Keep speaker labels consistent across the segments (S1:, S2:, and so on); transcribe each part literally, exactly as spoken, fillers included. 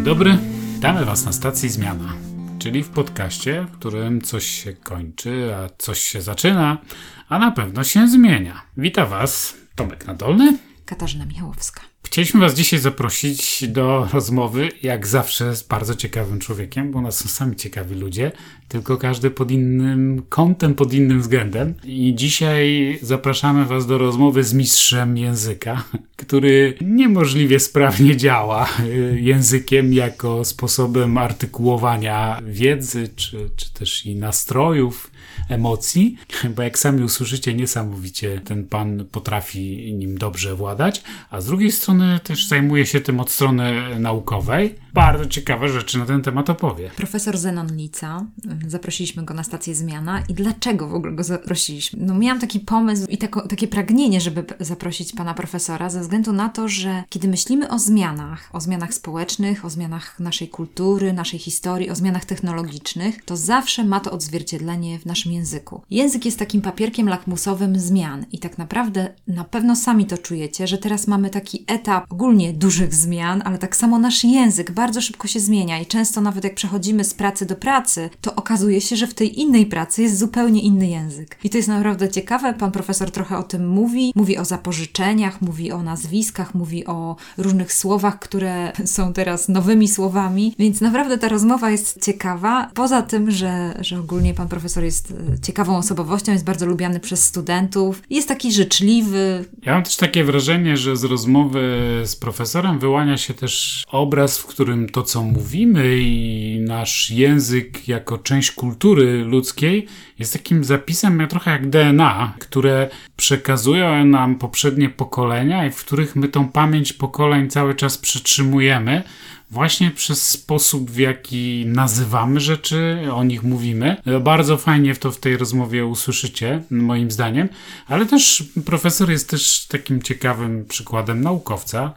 S1: dobry, witamy Was na stacji Zmiana, czyli w podcaście, w którym coś się kończy, a coś się zaczyna, a na pewno się zmienia. Witam Was Tomek Nadolny,
S2: Katarzyna Michałowska.
S1: Chcieliśmy Was dzisiaj zaprosić do rozmowy, jak zawsze, z bardzo ciekawym człowiekiem, bo u nas są sami ciekawi ludzie, tylko każdy pod innym kątem, pod innym względem. I dzisiaj zapraszamy Was do rozmowy z mistrzem języka, który niemożliwie sprawnie działa językiem jako sposobem artykułowania wiedzy, czy, czy też i nastrojów, emocji, bo jak sami usłyszycie, niesamowicie ten pan potrafi nim dobrze władać, a z drugiej strony też zajmuje się tym od strony naukowej. Bardzo ciekawe rzeczy na ten temat opowie.
S2: Profesor Zenon Lica, zaprosiliśmy go na stację Zmiana i dlaczego w ogóle go zaprosiliśmy? No miałam taki pomysł i tako, takie pragnienie, żeby zaprosić pana profesora ze względu na to, że kiedy myślimy o zmianach, o zmianach społecznych, o zmianach naszej kultury, naszej historii, o zmianach technologicznych, to zawsze ma to odzwierciedlenie w naszym języku. Język jest takim papierkiem lakmusowym zmian i tak naprawdę na pewno sami to czujecie, że teraz mamy taki etap ogólnie dużych zmian, ale tak samo nasz język bardzo szybko się zmienia i często nawet jak przechodzimy z pracy do pracy, to okazuje się, że w tej innej pracy jest zupełnie inny język. I to jest naprawdę ciekawe. Pan profesor trochę o tym mówi. Mówi o zapożyczeniach, mówi o nazwiskach, mówi o różnych słowach, które są teraz nowymi słowami. Więc naprawdę ta rozmowa jest ciekawa. Poza tym, że, że ogólnie pan profesor jest ciekawą osobowością, jest bardzo lubiany przez studentów. Jest taki życzliwy.
S1: Ja mam też takie wrażenie, że z rozmowy z profesorem wyłania się też obraz, w którym to, co mówimy i nasz język jako część kultury ludzkiej jest takim zapisem trochę jak D N A, które przekazują nam poprzednie pokolenia i w których my tą pamięć pokoleń cały czas przytrzymujemy właśnie przez sposób, w jaki nazywamy rzeczy, o nich mówimy. Bardzo fajnie to w tej rozmowie usłyszycie, moim zdaniem, ale też profesor jest też takim ciekawym przykładem naukowca,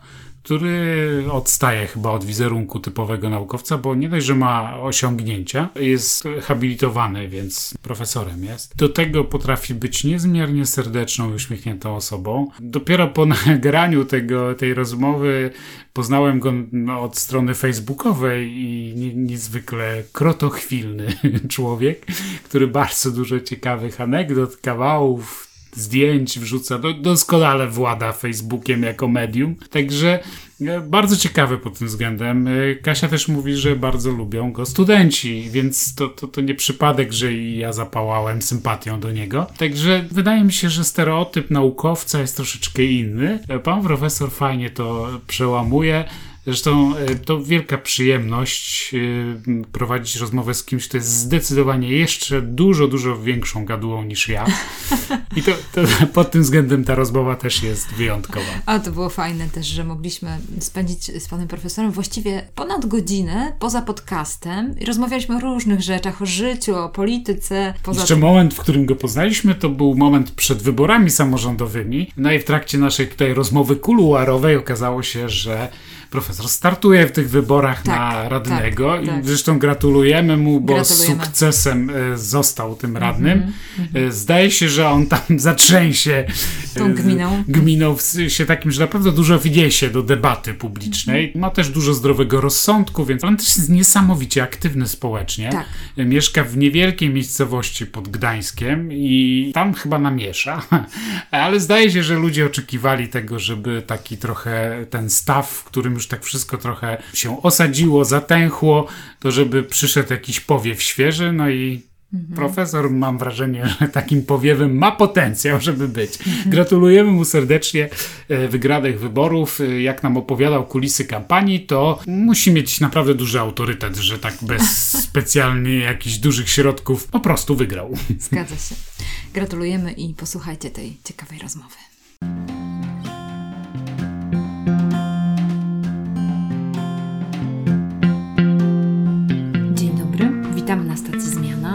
S1: który odstaje chyba od wizerunku typowego naukowca, bo nie dość, że ma osiągnięcia, jest habilitowany, więc profesorem jest. Do tego potrafi być niezmiernie serdeczną i uśmiechniętą osobą. Dopiero po nagraniu tego, tej rozmowy poznałem go no, od strony facebookowej i nie, niezwykle krotochwilny człowiek, który bardzo dużo ciekawych anegdot, kawałów, zdjęć wrzuca, do, doskonale włada Facebookiem jako medium, także bardzo ciekawy pod tym względem. Kasia też mówi, że bardzo lubią go studenci, więc to, to, to nie przypadek, że i ja zapałałem sympatią do niego. Także wydaje mi się, że stereotyp naukowca jest troszeczkę inny. Pan profesor fajnie to przełamuje. Zresztą to wielka przyjemność prowadzić rozmowę z kimś, kto jest zdecydowanie jeszcze dużo, dużo większą gadułą niż ja. I to, to pod tym względem ta rozmowa też jest wyjątkowa.
S2: A to było fajne też, że mogliśmy spędzić z panem profesorem właściwie ponad godzinę poza podcastem i rozmawialiśmy o różnych rzeczach, o życiu, o polityce. Poza
S1: Jeszcze
S2: tym...
S1: moment, w którym go poznaliśmy, to był moment przed wyborami samorządowymi. No i w trakcie naszej tutaj rozmowy kuluarowej okazało się, że profesor startuje w tych wyborach tak, na radnego tak, i tak. Zresztą gratulujemy mu, bo gratulujemy. Z sukcesem e, został tym radnym. Mm-hmm, e, zdaje się, że on tam zatrzęsie
S2: tą gminą.
S1: Gminą w sensie takim, że naprawdę dużo wniesie do debaty publicznej. Mm-hmm. Ma też dużo zdrowego rozsądku, więc on też jest niesamowicie aktywny społecznie.
S2: Tak.
S1: E, mieszka w niewielkiej miejscowości pod Gdańskiem i tam chyba namiesza. Ale zdaje się, że ludzie oczekiwali tego, żeby taki trochę ten staw, w którym już tak wszystko trochę się osadziło, zatęchło, to żeby przyszedł jakiś powiew świeży, no i mhm. profesor, mam wrażenie, że takim powiewem ma potencjał, żeby być. Mhm. Gratulujemy mu serdecznie wygranych wyborów. Jak nam opowiadał kulisy kampanii, to musi mieć naprawdę duży autorytet, że tak bez specjalnie jakichś dużych środków po prostu wygrał.
S2: Zgadza się. Gratulujemy i posłuchajcie tej ciekawej rozmowy. Witamy na stacji Zmiana. Witam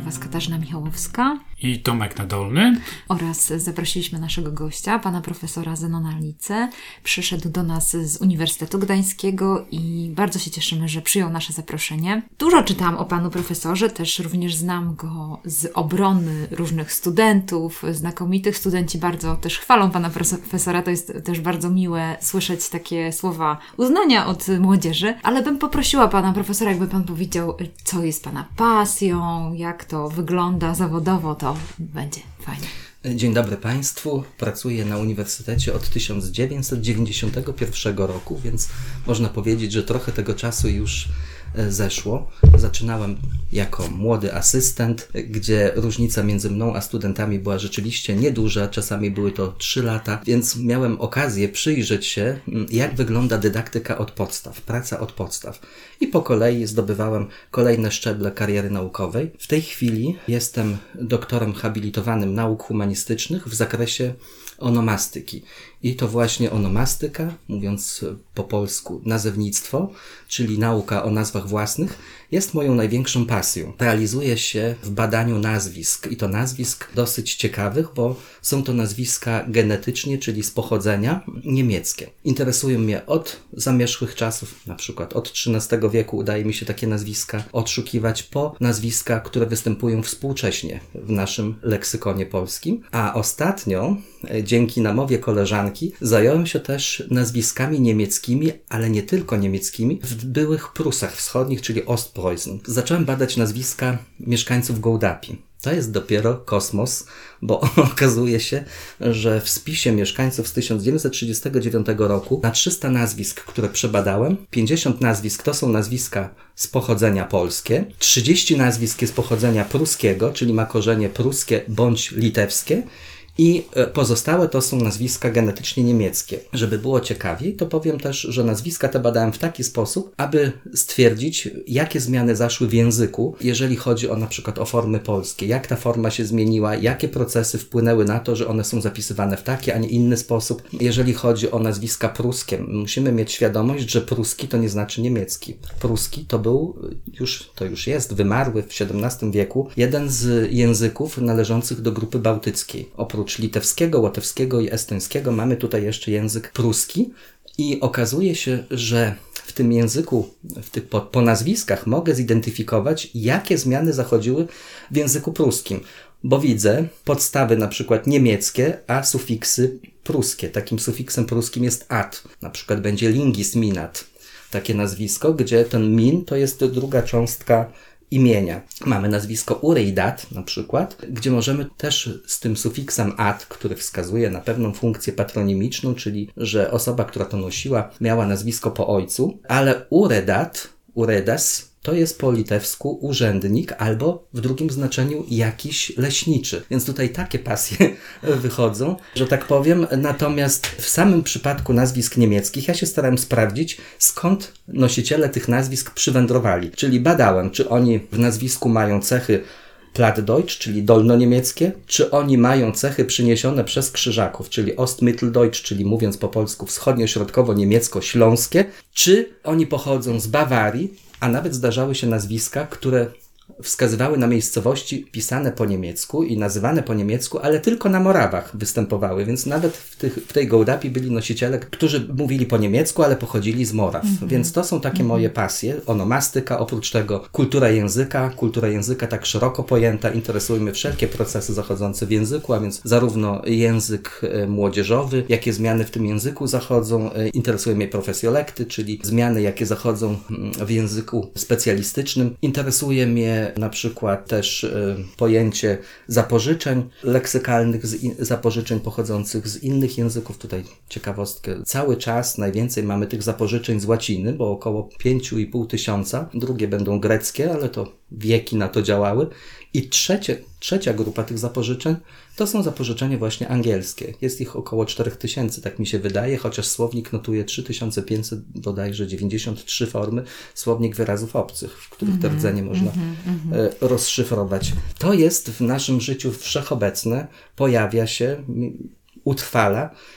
S2: Was Katarzyna Michałowska
S1: i Tomek Nadolny.
S2: Oraz zaprosiliśmy naszego gościa, pana profesora Zenona Lice. Przyszedł do nas z Uniwersytetu Gdańskiego i bardzo się cieszymy, że przyjął nasze zaproszenie. Dużo czytałam o panu profesorze, też również znam go z obrony różnych studentów, znakomitych studenci bardzo też chwalą pana profesora, to jest też bardzo miłe słyszeć takie słowa uznania od młodzieży, ale bym poprosiła pana profesora, jakby pan powiedział, co jest pana pasją, jak to wygląda zawodowo, to będzie fajnie.
S3: Dzień dobry Państwu. Pracuję na Uniwersytecie od tysiąc dziewięćset dziewięćdziesiątego pierwszego roku, więc można powiedzieć, że trochę tego czasu już zeszło. Zaczynałem jako młody asystent, gdzie różnica między mną a studentami była rzeczywiście nieduża, czasami były to trzy lata, więc miałem okazję przyjrzeć się, jak wygląda dydaktyka od podstaw, praca od podstaw. I po kolei zdobywałem kolejne szczeble kariery naukowej. W tej chwili jestem doktorem habilitowanym nauk humanistycznych w zakresie onomastyki. I to właśnie onomastyka, mówiąc po polsku nazewnictwo, czyli nauka o nazwach własnych, jest moją największą pasją. Realizuję się w badaniu nazwisk i to nazwisk dosyć ciekawych, bo są to nazwiska genetycznie, czyli z pochodzenia niemieckie. Interesują mnie od zamierzchłych czasów, na przykład od trzynastego wieku udaje mi się takie nazwiska odszukiwać, po nazwiska, które występują współcześnie w naszym leksykonie polskim. A ostatnio, dzięki namowie koleżanki, zająłem się też nazwiskami niemieckimi, ale nie tylko niemieckimi, w byłych Prusach Wschodnich, czyli Ostpreußen. Zacząłem badać nazwiska mieszkańców Gołdapi. To jest dopiero kosmos, bo okazuje się, że w spisie mieszkańców z tysiąc dziewięćset trzydziestego dziewiątego roku na trzysta nazwisk, które przebadałem, pięćdziesiąt nazwisk to są nazwiska z pochodzenia polskie, trzydzieści nazwisk jest pochodzenia pruskiego, czyli ma korzenie pruskie bądź litewskie, i pozostałe to są nazwiska genetycznie niemieckie. Żeby było ciekawiej, to powiem też, że nazwiska te badałem w taki sposób, aby stwierdzić, jakie zmiany zaszły w języku, jeżeli chodzi o na przykład o formy polskie, jak ta forma się zmieniła, jakie procesy wpłynęły na to, że one są zapisywane w taki, a nie inny sposób. Jeżeli chodzi o nazwiska pruskie, musimy mieć świadomość, że pruski to nie znaczy niemiecki. Pruski to był, już, to już jest, wymarły w siedemnastym wieku, jeden z języków należących do grupy bałtyckiej. Oprócz litewskiego, łotewskiego i estońskiego mamy tutaj jeszcze język pruski i okazuje się, że w tym języku, w tych po, po nazwiskach mogę zidentyfikować, jakie zmiany zachodziły w języku pruskim, bo widzę podstawy na przykład niemieckie, a sufiksy pruskie. Takim sufiksem pruskim jest at, na przykład będzie lingis minat, takie nazwisko, gdzie ten min to jest druga cząstka imienia. Mamy nazwisko Ureidat na przykład, gdzie możemy też z tym sufiksem at, który wskazuje na pewną funkcję patronimiczną, czyli że osoba, która to nosiła, miała nazwisko po ojcu, ale Uredat, Uredas, to jest po litewsku urzędnik albo w drugim znaczeniu jakiś leśniczy. Więc tutaj takie pasje wychodzą, że tak powiem. Natomiast w samym przypadku nazwisk niemieckich ja się starałem sprawdzić, skąd nosiciele tych nazwisk przywędrowali. Czyli badałem, czy oni w nazwisku mają cechy Plattdeutsch, czyli dolnoniemieckie, czy oni mają cechy przyniesione przez Krzyżaków, czyli Ostmitteldeutsch, czyli mówiąc po polsku wschodnio-środkowo-niemiecko-śląskie, czy oni pochodzą z Bawarii, a nawet zdarzały się nazwiska, które wskazywały na miejscowości pisane po niemiecku i nazywane po niemiecku, ale tylko na Morawach występowały, więc nawet w, tych, w tej Gołdapi byli nosiciele, którzy mówili po niemiecku, ale pochodzili z Moraw. Mm-hmm. Więc to są takie mm-hmm. moje pasje. Onomastyka, oprócz tego kultura języka, kultura języka tak szeroko pojęta, interesują mnie wszelkie procesy zachodzące w języku, a więc zarówno język młodzieżowy, jakie zmiany w tym języku zachodzą, interesują mnie profesjolekty, czyli zmiany, jakie zachodzą w języku specjalistycznym. Interesuje mnie na przykład też y, pojęcie zapożyczeń leksykalnych, z in, zapożyczeń pochodzących z innych języków. Tutaj ciekawostkę. Cały czas najwięcej mamy tych zapożyczeń z łaciny, bo około pięć i pół tysiąca. Drugie będą greckie, ale to wieki na to działały. I trzecie, trzecia grupa tych zapożyczeń to są zapożyczenia właśnie angielskie. Jest ich około cztery tysiące, tak mi się wydaje, chociaż słownik notuje trzy tysiące pięćset, bodajże dziewięćdziesiąt trzy formy, słownik wyrazów obcych, w których mm-hmm, te rdzenie można mm-hmm. e, rozszyfrować. To jest w naszym życiu wszechobecne, pojawia się, utrwala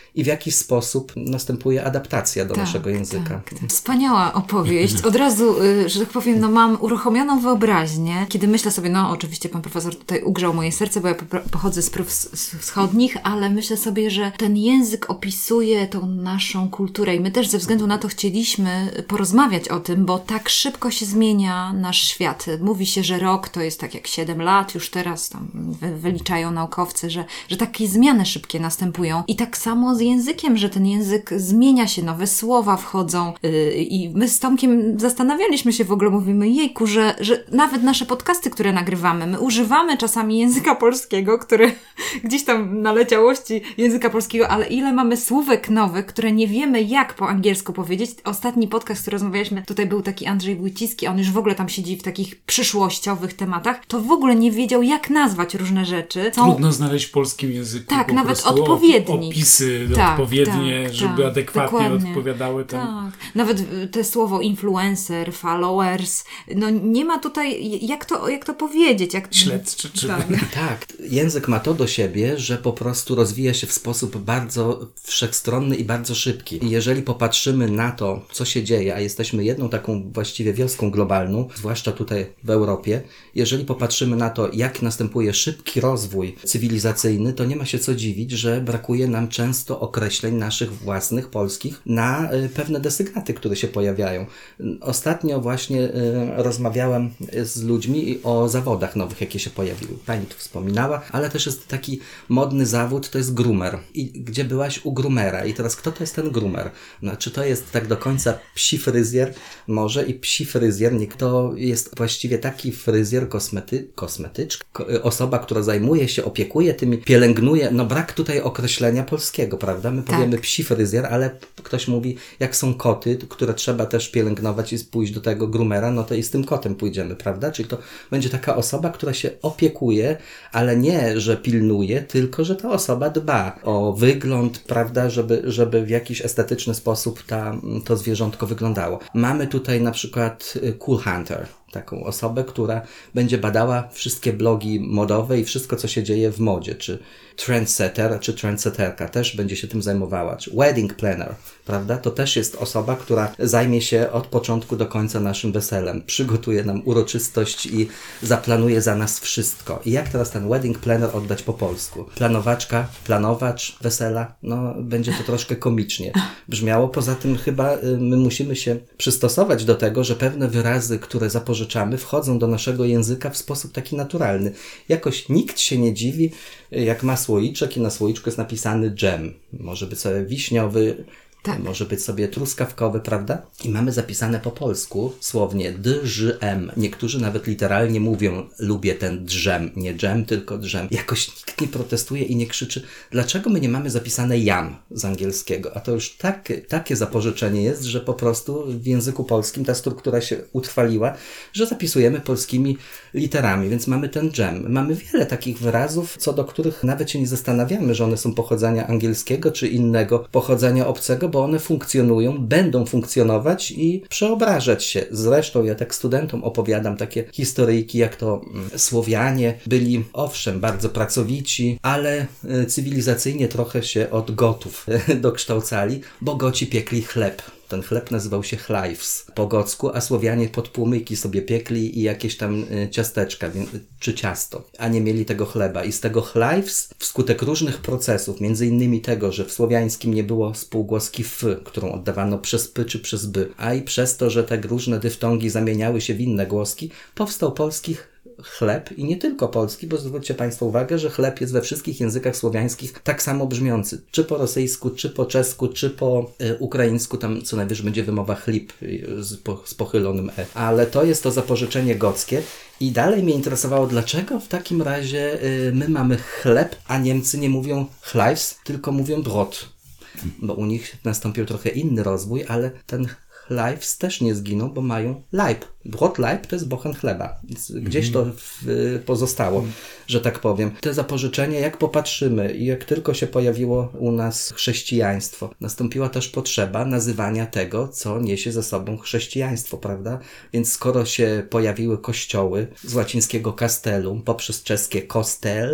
S3: i w jaki sposób następuje adaptacja do
S2: tak,
S3: naszego języka.
S2: Tak, tak. Wspaniała opowieść. Od razu, że tak powiem, no mam uruchomioną wyobraźnię, kiedy myślę sobie, no oczywiście pan profesor tutaj ugrzał moje serce, bo ja pochodzę z prów wschodnich, ale myślę sobie, że ten język opisuje tą naszą kulturę i my też ze względu na to chcieliśmy porozmawiać o tym, bo tak szybko się zmienia nasz świat. Mówi się, że rok to jest tak jak siedem lat, już teraz tam wyliczają naukowcy, że, że takie zmiany szybkie następują. I tak samo z językiem, że ten język zmienia się, nowe słowa wchodzą yy, i my z Tomkiem zastanawialiśmy się w ogóle, mówimy, jejku, że, że nawet nasze podcasty, które nagrywamy, my używamy czasami języka polskiego, który gdzieś tam na leciałości języka polskiego, ale ile mamy słówek nowych, które nie wiemy jak po angielsku powiedzieć. Ostatni podcast, który rozmawialiśmy, tutaj był taki Andrzej Wójcicki, on już w ogóle tam siedzi w takich przyszłościowych tematach, to w ogóle nie wiedział jak nazwać różne rzeczy. Są...
S1: Trudno znaleźć w polskim języku
S2: tak,
S1: po
S2: nawet
S1: prostu
S2: odpowiednik.
S1: opisy
S2: tak,
S1: odpowiednie,
S2: tak,
S1: żeby
S2: tak,
S1: adekwatnie
S2: dokładnie.
S1: odpowiadały tam.
S2: Tak, nawet te słowo influencer, followers, no nie ma tutaj, jak to, jak to powiedzieć? Jak...
S1: Śledczy. Czy...
S2: Tak.
S3: tak, język ma to do siebie, że po prostu rozwija się w sposób bardzo wszechstronny i bardzo szybki. I jeżeli popatrzymy na to, co się dzieje, a jesteśmy jedną taką właściwie wioską globalną, zwłaszcza tutaj w Europie, jeżeli popatrzymy na to, jak następuje szybki rozwój cywilizacyjny, to nie ma się co dziwić, że brakuje nam często określeń naszych własnych, polskich, na y, pewne desygnaty, które się pojawiają. Ostatnio właśnie y, rozmawiałem z ludźmi o zawodach nowych, jakie się pojawiły. Pani tu wspominała, ale też jest taki modny zawód, to jest groomer. I gdzie byłaś? U groomera. I teraz kto to jest ten groomer? No, czy to jest tak do końca psi fryzjer? Może i psi fryzjer. Nie, to jest właściwie taki fryzjer, kosmety, kosmetyczka, osoba, która zajmuje się, opiekuje tymi, pielęgnuje. No brak tutaj określenia polskiego, prawda? My powiemy tak. Psi fryzjer, ale ktoś mówi, jak są koty, które trzeba też pielęgnować i pójść do tego groomera, no to i z tym kotem pójdziemy, prawda? Czyli to będzie taka osoba, która się opiekuje, ale nie, że pilnuje, tylko, że ta osoba dba o wygląd, prawda, żeby, żeby w jakiś estetyczny sposób ta, to zwierzątko wyglądało. Mamy tutaj na przykład Cool Hunter, taką osobę, która będzie badała wszystkie blogi modowe i wszystko, co się dzieje w modzie, czy trendsetter, czy trendsetterka też będzie się tym zajmowała, czy wedding planner, prawda? To też jest osoba, która zajmie się od początku do końca naszym weselem, przygotuje nam uroczystość i zaplanuje za nas wszystko. I jak teraz ten wedding planner oddać po polsku? Planowaczka, planowacz wesela, no będzie to troszkę komicznie brzmiało. Poza tym chyba y, my musimy się przystosować do tego, że pewne wyrazy, które zapożyczamy, wchodzą do naszego języka w sposób taki naturalny. Jakoś nikt się nie dziwi, jak ma słoiczek i na słoiczku jest napisany dżem. Może być sobie wiśniowy, tak. Może być sobie truskawkowy, prawda? I mamy zapisane po polsku słownie dżem. Niektórzy nawet literalnie mówią, lubię ten dżem. Nie dżem, tylko dżem. Jakoś nikt nie protestuje i nie krzyczy, dlaczego my nie mamy zapisane jam z angielskiego? A to już tak, takie zapożyczenie jest, że po prostu w języku polskim ta struktura się utrwaliła, że zapisujemy polskimi literami, więc mamy ten dżem. Mamy wiele takich wyrazów, co do których nawet się nie zastanawiamy, że one są pochodzenia angielskiego czy innego pochodzenia obcego, bo one funkcjonują, będą funkcjonować i przeobrażać się. Zresztą ja tak studentom opowiadam takie historyjki, jak to Słowianie byli, owszem, bardzo pracowici, ale cywilizacyjnie trochę się od Gotów dokształcali, bo Goci piekli chleb. Ten chleb nazywał się chlajws po gocku, a Słowianie podpłomyki sobie piekli i jakieś tam ciasteczka, czy ciasto, a nie mieli tego chleba. I z tego chlajws wskutek różnych procesów, między innymi tego, że w słowiańskim nie było spółgłoski f, którą oddawano przez p czy przez by, a i przez to, że te różne dyftongi zamieniały się w inne głoski, powstał polski chleb i nie tylko polski, bo zwróćcie Państwo uwagę, że chleb jest we wszystkich językach słowiańskich tak samo brzmiący. Czy po rosyjsku, czy po czesku, czy po y, ukraińsku, tam co najwyżej będzie wymowa chlip y, z, po, z pochylonym e. Ale to jest to zapożyczenie gockie. I dalej mnie interesowało, dlaczego w takim razie y, my mamy chleb, a Niemcy nie mówią chlajws, tylko mówią brot. Bo u nich nastąpił trochę inny rozwój, ale ten Leibs też nie zginą, bo mają Leib. Brotleib to jest bochen chleba. Gdzieś to w, pozostało, że tak powiem. Te zapożyczenia, jak popatrzymy i jak tylko się pojawiło u nas chrześcijaństwo, nastąpiła też potrzeba nazywania tego, co niesie ze sobą chrześcijaństwo, prawda? Więc skoro się pojawiły kościoły z łacińskiego castellum poprzez czeskie kostel,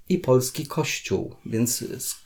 S3: i polski kościół, więc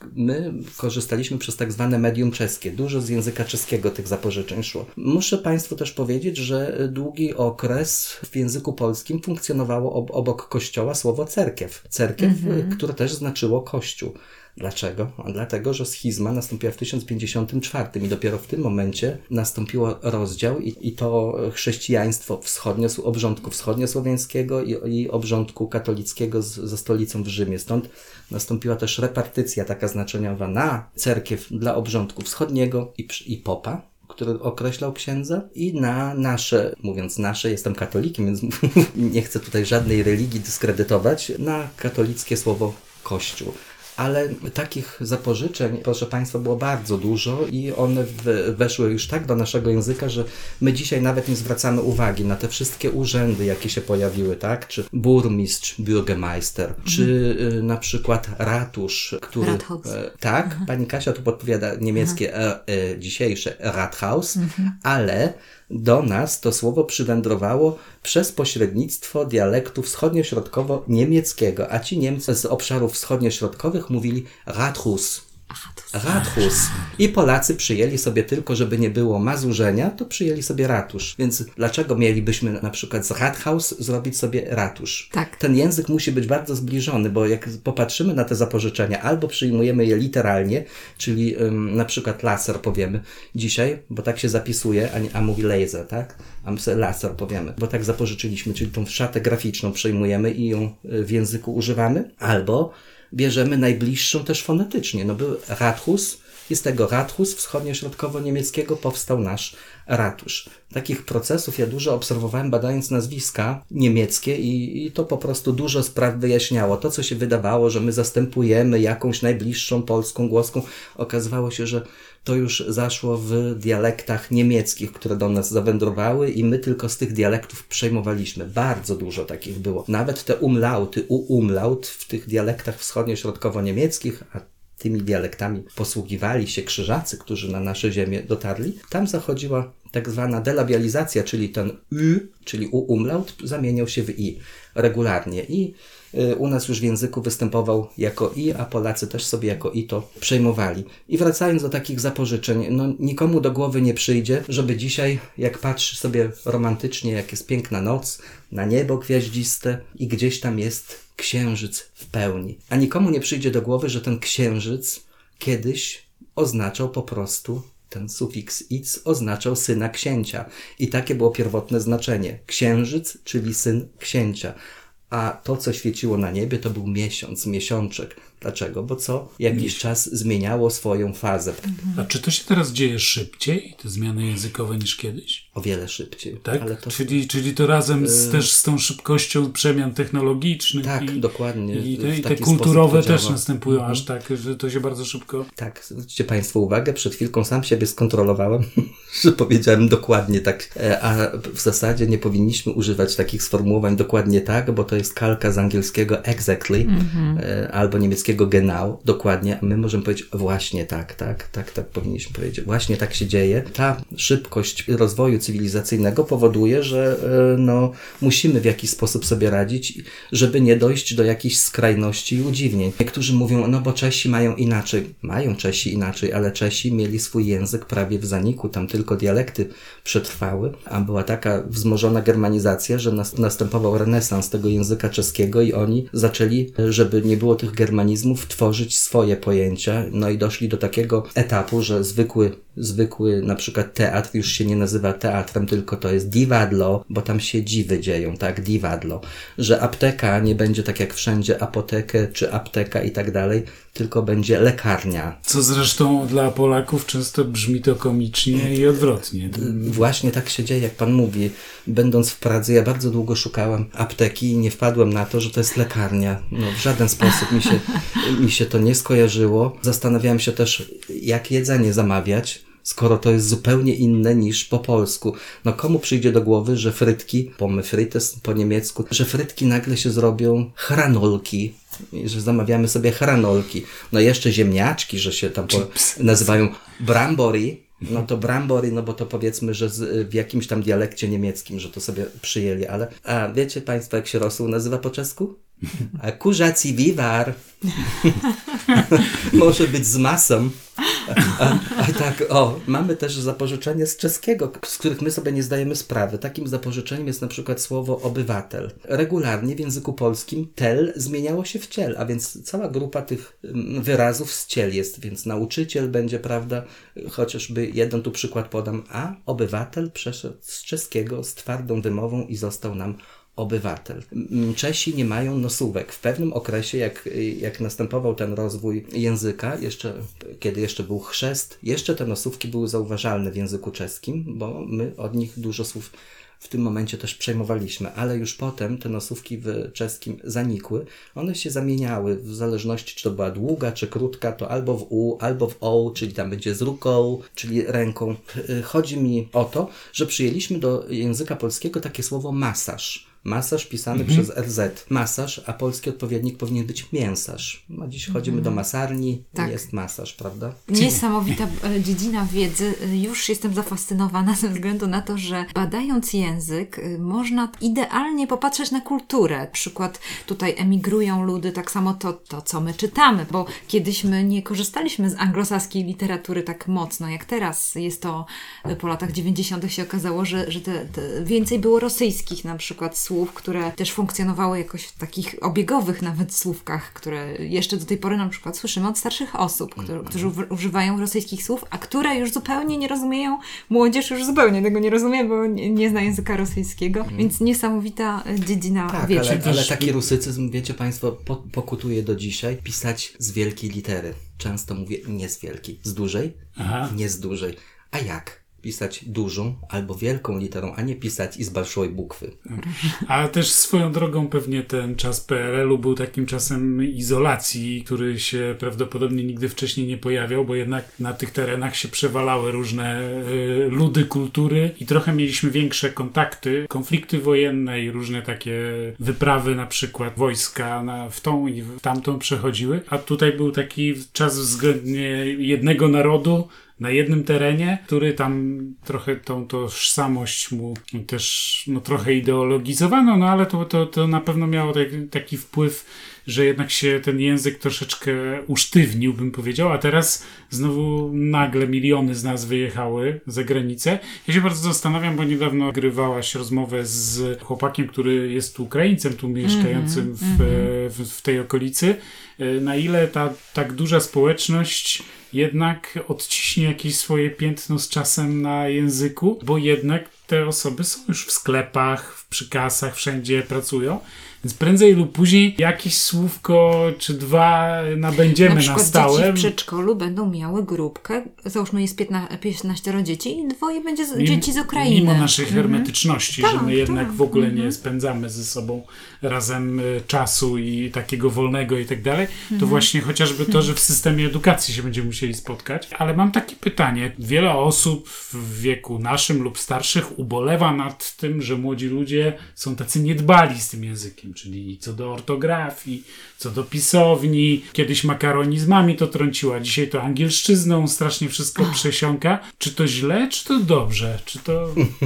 S3: my korzystaliśmy przez tak zwane medium czeskie. Dużo z języka czeskiego tych zapożyczeń szło. Muszę Państwu też powiedzieć, że długi okres w języku polskim funkcjonowało ob- obok kościoła słowo cerkiew. Cerkiew, mm-hmm. które też znaczyło kościół. Dlaczego? A dlatego, że schizma nastąpiła w tysiąc pięćdziesiątym czwartym i dopiero w tym momencie nastąpił rozdział i, i to chrześcijaństwo wschodnio, obrządku wschodniosłowiańskiego i, i obrządku katolickiego z, ze stolicą w Rzymie. Stąd nastąpiła też repartycja taka znaczeniowa na cerkiew dla obrządku wschodniego i, i popa, który określał księdza, i na nasze, mówiąc nasze, jestem katolikiem, więc nie chcę tutaj żadnej religii dyskredytować, na katolickie słowo kościół. Ale takich zapożyczeń, proszę Państwa, było bardzo dużo i one w, weszły już tak do naszego języka, że my dzisiaj nawet nie zwracamy uwagi na te wszystkie urzędy, jakie się pojawiły, tak? Czy burmistrz, bürgermeister, mhm. czy y, na przykład ratusz, który...
S2: Rathaus.
S3: E, tak, mhm. Pani Kasia tu podpowiada niemieckie e, e, dzisiejsze Rathaus, mhm. ale do nas to słowo przywędrowało przez pośrednictwo dialektu wschodnio-środkowo-niemieckiego, a ci Niemcy z obszarów wschodnio-środkowych mówili Rathaus. Rathaus. I Polacy przyjęli sobie tylko, żeby nie było mazurzenia, to przyjęli sobie ratusz. Więc dlaczego mielibyśmy na przykład z Rathaus zrobić sobie ratusz?
S2: Tak.
S3: Ten język musi być bardzo zbliżony, bo jak popatrzymy na te zapożyczenia, albo przyjmujemy je literalnie, czyli ym, na przykład laser powiemy dzisiaj, bo tak się zapisuje, a, nie, a mówi laser, tak? A my sobie laser powiemy, bo tak zapożyczyliśmy, czyli tą szatę graficzną przejmujemy i ją w języku używamy, albo bierzemy najbliższą też fonetycznie. No był Rathaus i z tego Rathaus wschodnio-środkowo-niemieckiego powstał nasz ratusz. Takich procesów ja dużo obserwowałem, badając nazwiska niemieckie i, i to po prostu dużo spraw wyjaśniało. To, co się wydawało, że my zastępujemy jakąś najbliższą polską głoską, okazywało się, że to już zaszło w dialektach niemieckich, które do nas zawędrowały i my tylko z tych dialektów przejmowaliśmy. Bardzo dużo takich było. Nawet te umlauty, u-umlaut w tych dialektach wschodnio-środkowo-niemieckich, a tymi dialektami posługiwali się Krzyżacy, którzy na nasze ziemię dotarli. Tam zachodziła tak zwana delabializacja, czyli ten y, czyli u-umlaut zamieniał się w i regularnie. I y, u nas już w języku występował jako i, a Polacy też sobie jako i to przejmowali. I wracając do takich zapożyczeń, no nikomu do głowy nie przyjdzie, żeby dzisiaj, jak patrzy sobie romantycznie, jak jest piękna noc, na niebo gwiaździste i gdzieś tam jest księżyc w pełni. A nikomu nie przyjdzie do głowy, że ten księżyc kiedyś oznaczał po prostu, ten sufiks ic oznaczał syna księcia. I takie było pierwotne znaczenie. Księżyc, czyli syn księcia. A to, co świeciło na niebie, to był miesiąc, miesiączek. Dlaczego? Bo co jakiś czas zmieniało swoją fazę.
S1: A czy to się teraz dzieje szybciej, te zmiany językowe, niż kiedyś?
S3: O wiele szybciej.
S1: Tak?
S3: Ale to...
S1: czyli, czyli to razem z, y... też z tą szybkością przemian technologicznych.
S3: Tak,
S1: i,
S3: dokładnie.
S1: I te, i te kulturowe też następują mhm. aż tak, że to się bardzo szybko...
S3: Tak, zwróćcie Państwo uwagę, przed chwilką sam siebie skontrolowałem, że powiedziałem dokładnie tak, a w zasadzie nie powinniśmy używać takich sformułowań dokładnie tak, bo to jest kalka z angielskiego exactly, mhm. albo niemieckiego genau, dokładnie, a my możemy powiedzieć właśnie tak, tak, tak, tak powinniśmy powiedzieć. Właśnie tak się dzieje. Ta szybkość rozwoju cywilizacyjnego powoduje, że no, musimy w jakiś sposób sobie radzić, żeby nie dojść do jakichś skrajności i udziwnień. Niektórzy mówią, no bo Czesi mają inaczej. Mają Czesi inaczej, ale Czesi mieli swój język prawie w zaniku, tam tylko dialekty przetrwały, a była taka wzmożona germanizacja, że nas, następował renesans tego języka czeskiego i oni zaczęli, żeby nie było tych germanizmów, tworzyć swoje pojęcia, no i doszli do takiego etapu, że zwykły, zwykły na przykład teatr już się nie nazywa teatrem, tylko to jest divadlo, bo tam się dziwy dzieją, tak, divadlo, że apteka nie będzie tak jak wszędzie apotekę czy apteka i tak dalej, tylko będzie lekarnia.
S1: Co zresztą dla Polaków często brzmi to komicznie i odwrotnie.
S3: Właśnie tak się dzieje, jak pan mówi. Będąc w Pradze, ja bardzo długo szukałem apteki i nie wpadłem na to, że to jest lekarnia. No, w żaden sposób mi się, mi się to nie skojarzyło. Zastanawiałem się też, jak jedzenie zamawiać, skoro to jest zupełnie inne niż po polsku. No komu przyjdzie do głowy, że frytki, pommes frites po niemiecku, że frytki nagle się zrobią hranolki, że zamawiamy sobie hranolki. No jeszcze ziemniaczki, że się tam po, nazywają brambori. No to brambori, no bo to powiedzmy, że z, w jakimś tam dialekcie niemieckim, że to sobie przyjęli, ale a wiecie Państwo, jak się rosół nazywa po czesku? A kurzaci wiwar może być z masą. A, a tak, o, mamy też zapożyczenie z czeskiego, z których my sobie nie zdajemy sprawy. Takim zapożyczeniem jest na przykład słowo obywatel. Regularnie w języku polskim tel zmieniało się w ciel, a więc cała grupa tych wyrazów z ciel jest, więc nauczyciel będzie, prawda, chociażby jeden tu przykład podam, a obywatel przeszedł z czeskiego z twardą wymową i został nam obywatel. Czesi nie mają nosówek. W pewnym okresie, jak, jak następował ten rozwój języka, jeszcze, kiedy jeszcze był chrzest, jeszcze te nosówki były zauważalne w języku czeskim, bo my od nich dużo słów w tym momencie też przejmowaliśmy, ale już potem te nosówki w czeskim zanikły. One się zamieniały w zależności, czy to była długa, czy krótka, to albo w u, albo w o, czyli tam będzie z ruką, czyli ręką. Chodzi mi o to, że przyjęliśmy do języka polskiego takie słowo masaż. Masaż pisany mhm. przez er zet. Masaż, a polski odpowiednik powinien być mięsarz. A dziś chodzimy mhm. do masarni, tak. Jest masaż, prawda?
S2: Niesamowita dziedzina wiedzy. Już jestem zafascynowana ze względu na to, że badając język można idealnie popatrzeć na kulturę. Na przykład tutaj emigrują ludy, tak samo to, to, co my czytamy, bo kiedyś my nie korzystaliśmy z anglosaskiej literatury tak mocno, jak teraz. Jest to po latach dziewięćdziesiątych się okazało, że, że te, te więcej było rosyjskich na przykład słów, które też funkcjonowały jakoś w takich obiegowych nawet słówkach, które jeszcze do tej pory na przykład słyszymy od starszych osób, które, którzy używają rosyjskich słów, a które już zupełnie nie rozumieją, młodzież już zupełnie tego nie rozumie, bo nie, nie zna języka rosyjskiego, mm. więc niesamowita dziedzina
S3: tak,
S2: wiedzy.
S3: Ale, ale taki rusycyzm, wiecie Państwo, po, pokutuje do dzisiaj. Pisać z wielkiej litery. Często mówię nie z wielkiej, z dużej, Aha. nie z dużej. A jak? Pisać dużą albo wielką literą, a nie pisać i z большой bukwy.
S1: A też swoją drogą pewnie ten czas P R L u był takim czasem izolacji, który się prawdopodobnie nigdy wcześniej nie pojawiał, bo jednak na tych terenach się przewalały różne y, ludy, kultury i trochę mieliśmy większe kontakty, konflikty wojenne i różne takie wyprawy, na przykład wojska na, w tą i w tamtą przechodziły, a tutaj był taki czas względnie jednego narodu, na jednym terenie, który tam trochę tą tożsamość mu też no, trochę ideologizowano, no ale to, to, to na pewno miało tak, taki wpływ, że jednak się ten język troszeczkę usztywnił, bym powiedział, a teraz znowu nagle miliony z nas wyjechały za granicę. Ja się bardzo zastanawiam, bo niedawno nagrywałaś rozmowę z chłopakiem, który jest Ukraińcem, tu mieszkającym w, w, w tej okolicy. Na ile ta tak duża społeczność jednak odciśnie jakieś swoje piętno z czasem na języku, bo jednak te osoby są już w sklepach, przy kasach, wszędzie pracują. Więc prędzej lub później jakieś słówko czy dwa nabędziemy na,
S2: na
S1: stałe.
S2: Dzieci w przedszkolu będą miały grupkę, załóżmy jest piętnaście dzieci i dwoje będzie z, dzieci z Ukrainy.
S1: Mimo naszej hermetyczności,
S2: mm-hmm.
S1: że my
S2: tak,
S1: jednak
S2: tak.
S1: w ogóle
S2: mm-hmm.
S1: nie spędzamy ze sobą razem czasu i takiego wolnego i tak dalej, to mm-hmm. właśnie chociażby to, że w systemie edukacji się będziemy musieli spotkać. Ale mam takie pytanie. Wiele osób w wieku naszym lub starszych ubolewa nad tym, że młodzi ludzie są tacy niedbali z tym językiem. Czyli co do ortografii, co do pisowni. Kiedyś makaronizmami to trąciła, dzisiaj to angielszczyzną strasznie wszystko przesiąka. Czy to źle, czy to dobrze? Czy to...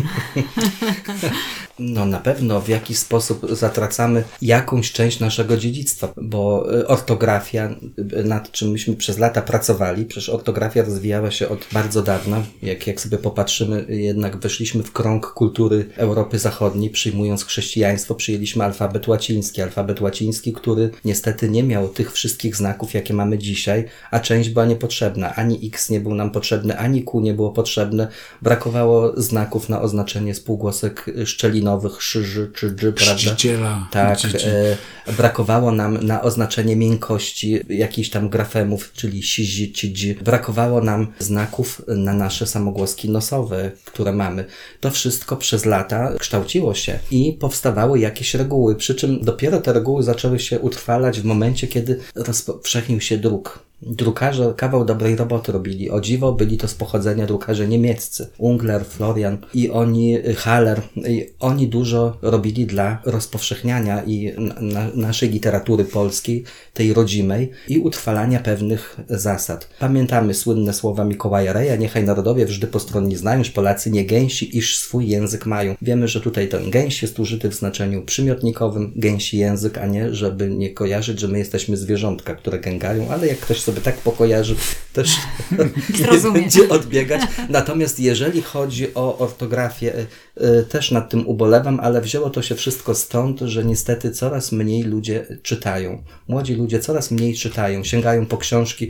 S3: No na pewno w jakiś sposób zatracamy jakąś część naszego dziedzictwa, bo ortografia, nad czym myśmy przez lata pracowali, przecież ortografia rozwijała się od bardzo dawna. Jak, jak sobie popatrzymy, jednak weszliśmy w krąg kultury Europy Zachodniej, przyjmując chrześcijaństwo, przyjęliśmy alfabet łaciński. Alfabet łaciński, który niestety nie miał tych wszystkich znaków, jakie mamy dzisiaj, a część była niepotrzebna. Ani X nie był nam potrzebny, ani Q nie było potrzebne. Brakowało znaków na oznaczenie spółgłosek szczelinowych, szyży czy dży, prawda? Tak. E, brakowało nam na oznaczenie miękkości jakichś tam grafemów, czyli si, ci, dzi. Brakowało nam znaków na nasze samogłoski nosowe, które mamy. To wszystko przez lata kształciło się i powstawały jakieś reguły, przy czym dopiero te reguły zaczęły się utrwalać w momencie, kiedy rozpowszechnił się druk. drukarze kawał dobrej roboty robili. O dziwo, byli to z pochodzenia drukarze niemieccy. Ungler, Florian i oni, Haller, i oni dużo robili dla rozpowszechniania i na, naszej literatury polskiej, tej rodzimej i utrwalania pewnych zasad. Pamiętamy słynne słowa Mikołaja Reja: niechaj narodowie wżdy postronni znają, że Polacy nie gęsi, iż swój język mają. Wiemy, że tutaj ten gęś jest użyty w znaczeniu przymiotnikowym, gęsi język, a nie, żeby nie kojarzyć, że my jesteśmy zwierzątka, które gęgają, ale jak ktoś sobie tak pokojarzy, też nie będzie odbiegać. Natomiast jeżeli chodzi o ortografię, też nad tym ubolewam, ale wzięło to się wszystko stąd, że niestety coraz mniej ludzie czytają. Młodzi ludzie coraz mniej czytają, sięgają po książki.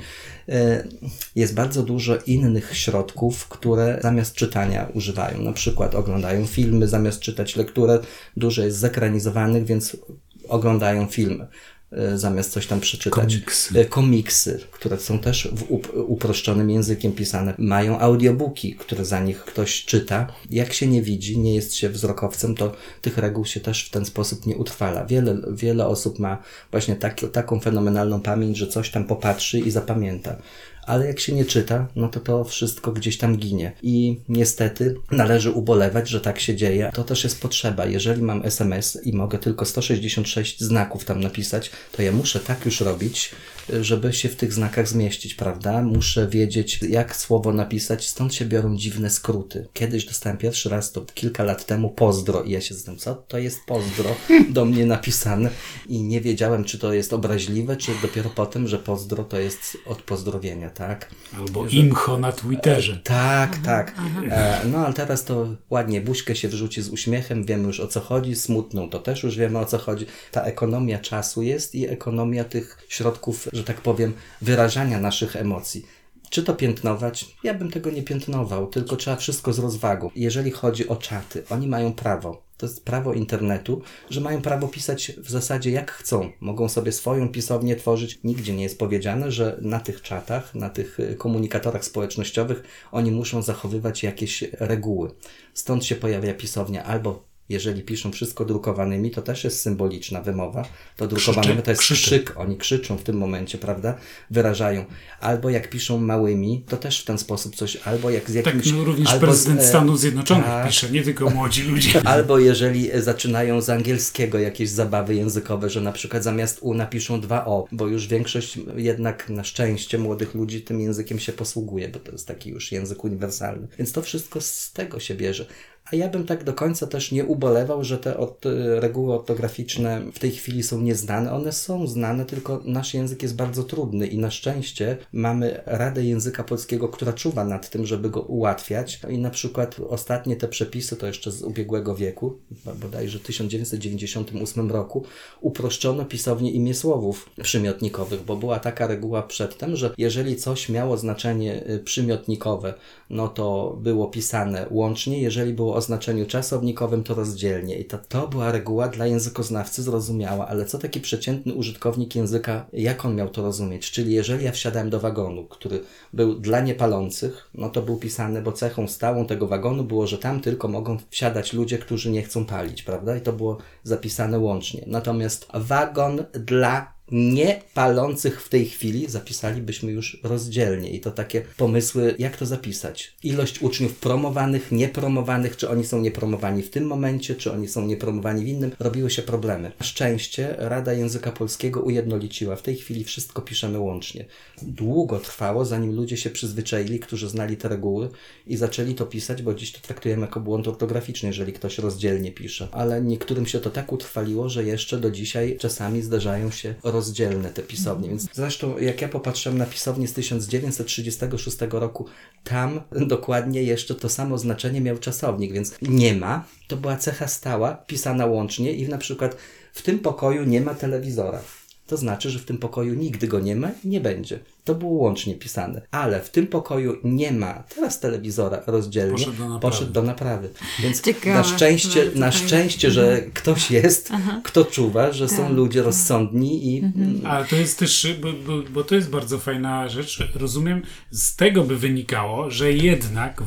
S3: Jest bardzo dużo innych środków, które zamiast czytania używają. Na przykład oglądają filmy zamiast czytać lekturę. Dużo jest zekranizowanych, więc oglądają filmy zamiast coś tam przeczytać.
S1: Komiksy.
S3: Komiksy, które są też w uproszczonym językiem pisane. Mają audiobooki, które za nich ktoś czyta. Jak się nie widzi, nie jest się wzrokowcem, to tych reguł się też w ten sposób nie utrwala. Wiele, wiele osób ma właśnie tak, taką fenomenalną pamięć, że coś tam popatrzy i zapamięta. Ale jak się nie czyta, no to to wszystko gdzieś tam ginie. I niestety należy ubolewać, że tak się dzieje. To też jest potrzeba. Jeżeli mam es em es i mogę tylko sto sześćdziesiąt sześć znaków tam napisać, to ja muszę tak już robić, żeby się w tych znakach zmieścić, prawda? Muszę wiedzieć, jak słowo napisać, stąd się biorą dziwne skróty. Kiedyś dostałem pierwszy raz, to kilka lat temu, pozdro i ja się zastanawiam, co to jest pozdro do mnie napisane i nie wiedziałem, czy to jest obraźliwe, czy dopiero potem, że pozdro to jest od pozdrowienia, tak?
S1: Albo
S3: że...
S1: imcho na Twitterze.
S3: E, tak, aha, tak. Aha. E, no ale teraz to ładnie buźkę się wrzuci z uśmiechem, wiemy już o co chodzi, smutną to też już wiemy o co chodzi. Ta ekonomia czasu jest i ekonomia tych środków, że tak powiem, wyrażania naszych emocji. Czy to piętnować? Ja bym tego nie piętnował, tylko trzeba wszystko z rozwagą. Jeżeli chodzi o czaty, oni mają prawo. To jest prawo internetu, że mają prawo pisać w zasadzie jak chcą. Mogą sobie swoją pisownię tworzyć. Nigdzie nie jest powiedziane, że na tych czatach, na tych komunikatorach społecznościowych oni muszą zachowywać jakieś reguły. Stąd się pojawia pisownia albo jeżeli piszą wszystko drukowanymi, to też jest symboliczna wymowa. To drukowanymi to jest krzyczy. krzyk. Oni krzyczą w tym momencie, prawda? Wyrażają. Albo jak piszą małymi, to też w ten sposób coś, albo jak z jakimś...
S1: Tak, no również albo prezydent z, Stanów Zjednoczonych tak, pisze, nie tylko młodzi ludzie.
S3: Albo jeżeli zaczynają z angielskiego jakieś zabawy językowe, że na przykład zamiast U napiszą dwa O, bo już większość jednak na szczęście młodych ludzi tym językiem się posługuje, bo to jest taki już język uniwersalny. Więc to wszystko z tego się bierze. A ja bym tak do końca też nie ubolewał, że te od, reguły ortograficzne w tej chwili są nieznane. One są znane, tylko nasz język jest bardzo trudny i na szczęście mamy Radę Języka Polskiego, która czuwa nad tym, żeby go ułatwiać. I na przykład ostatnie te przepisy, to jeszcze z ubiegłego wieku, bodajże w tysiąc dziewięćset dziewięćdziesiątym ósmym roku, uproszczono pisownię imiesłowów przymiotnikowych, bo była taka reguła przedtem, że jeżeli coś miało znaczenie przymiotnikowe, no to było pisane łącznie, jeżeli było o znaczeniu czasownikowym, to rozdzielnie. I to, to była reguła dla językoznawcy zrozumiała, ale co taki przeciętny użytkownik języka, jak on miał to rozumieć? Czyli jeżeli ja wsiadałem do wagonu, który był dla niepalących, no to był pisany, bo cechą stałą tego wagonu było, że tam tylko mogą wsiadać ludzie, którzy nie chcą palić, prawda? I to było zapisane łącznie. Natomiast wagon dla nie palących w tej chwili zapisalibyśmy już rozdzielnie i to takie pomysły, jak to zapisać. Ilość uczniów promowanych, niepromowanych, czy oni są niepromowani w tym momencie, czy oni są niepromowani w innym, robiły się problemy. Na szczęście Rada Języka Polskiego ujednoliciła. W tej chwili wszystko piszemy łącznie. Długo trwało, zanim ludzie się przyzwyczaili, którzy znali te reguły i zaczęli to pisać, bo dziś to traktujemy jako błąd ortograficzny, jeżeli ktoś rozdzielnie pisze. Ale niektórym się to tak utrwaliło, że jeszcze do dzisiaj czasami zdarzają się rozdzielne te pisownie. Więc zresztą jak ja popatrzyłem na pisownię z tysiąc dziewięćset trzydziestego szóstego roku, tam dokładnie jeszcze to samo znaczenie miał czasownik, więc nie ma, to była cecha stała, pisana łącznie i na przykład w tym pokoju nie ma telewizora. To znaczy, że w tym pokoju nigdy go nie ma i nie będzie. To było łącznie pisane. Ale w tym pokoju nie ma teraz telewizora rozdzielnie. Poszedł do naprawy. Poszedł do naprawy. Więc ciekawe, na szczęście, na szczęście że mhm. ktoś jest, Aha. kto czuwa, że tak, są ludzie tak. rozsądni. i. Mhm.
S1: Ale to jest też, bo, bo, bo to jest bardzo fajna rzecz. Rozumiem, z tego by wynikało, że jednak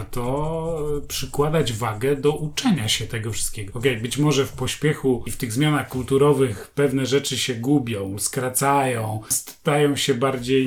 S1: warto przykładać wagę do uczenia się tego wszystkiego. Okej, okay, być może w pośpiechu i w tych zmianach kulturowych pewne rzeczy się gubią, skracają, stają się bardziej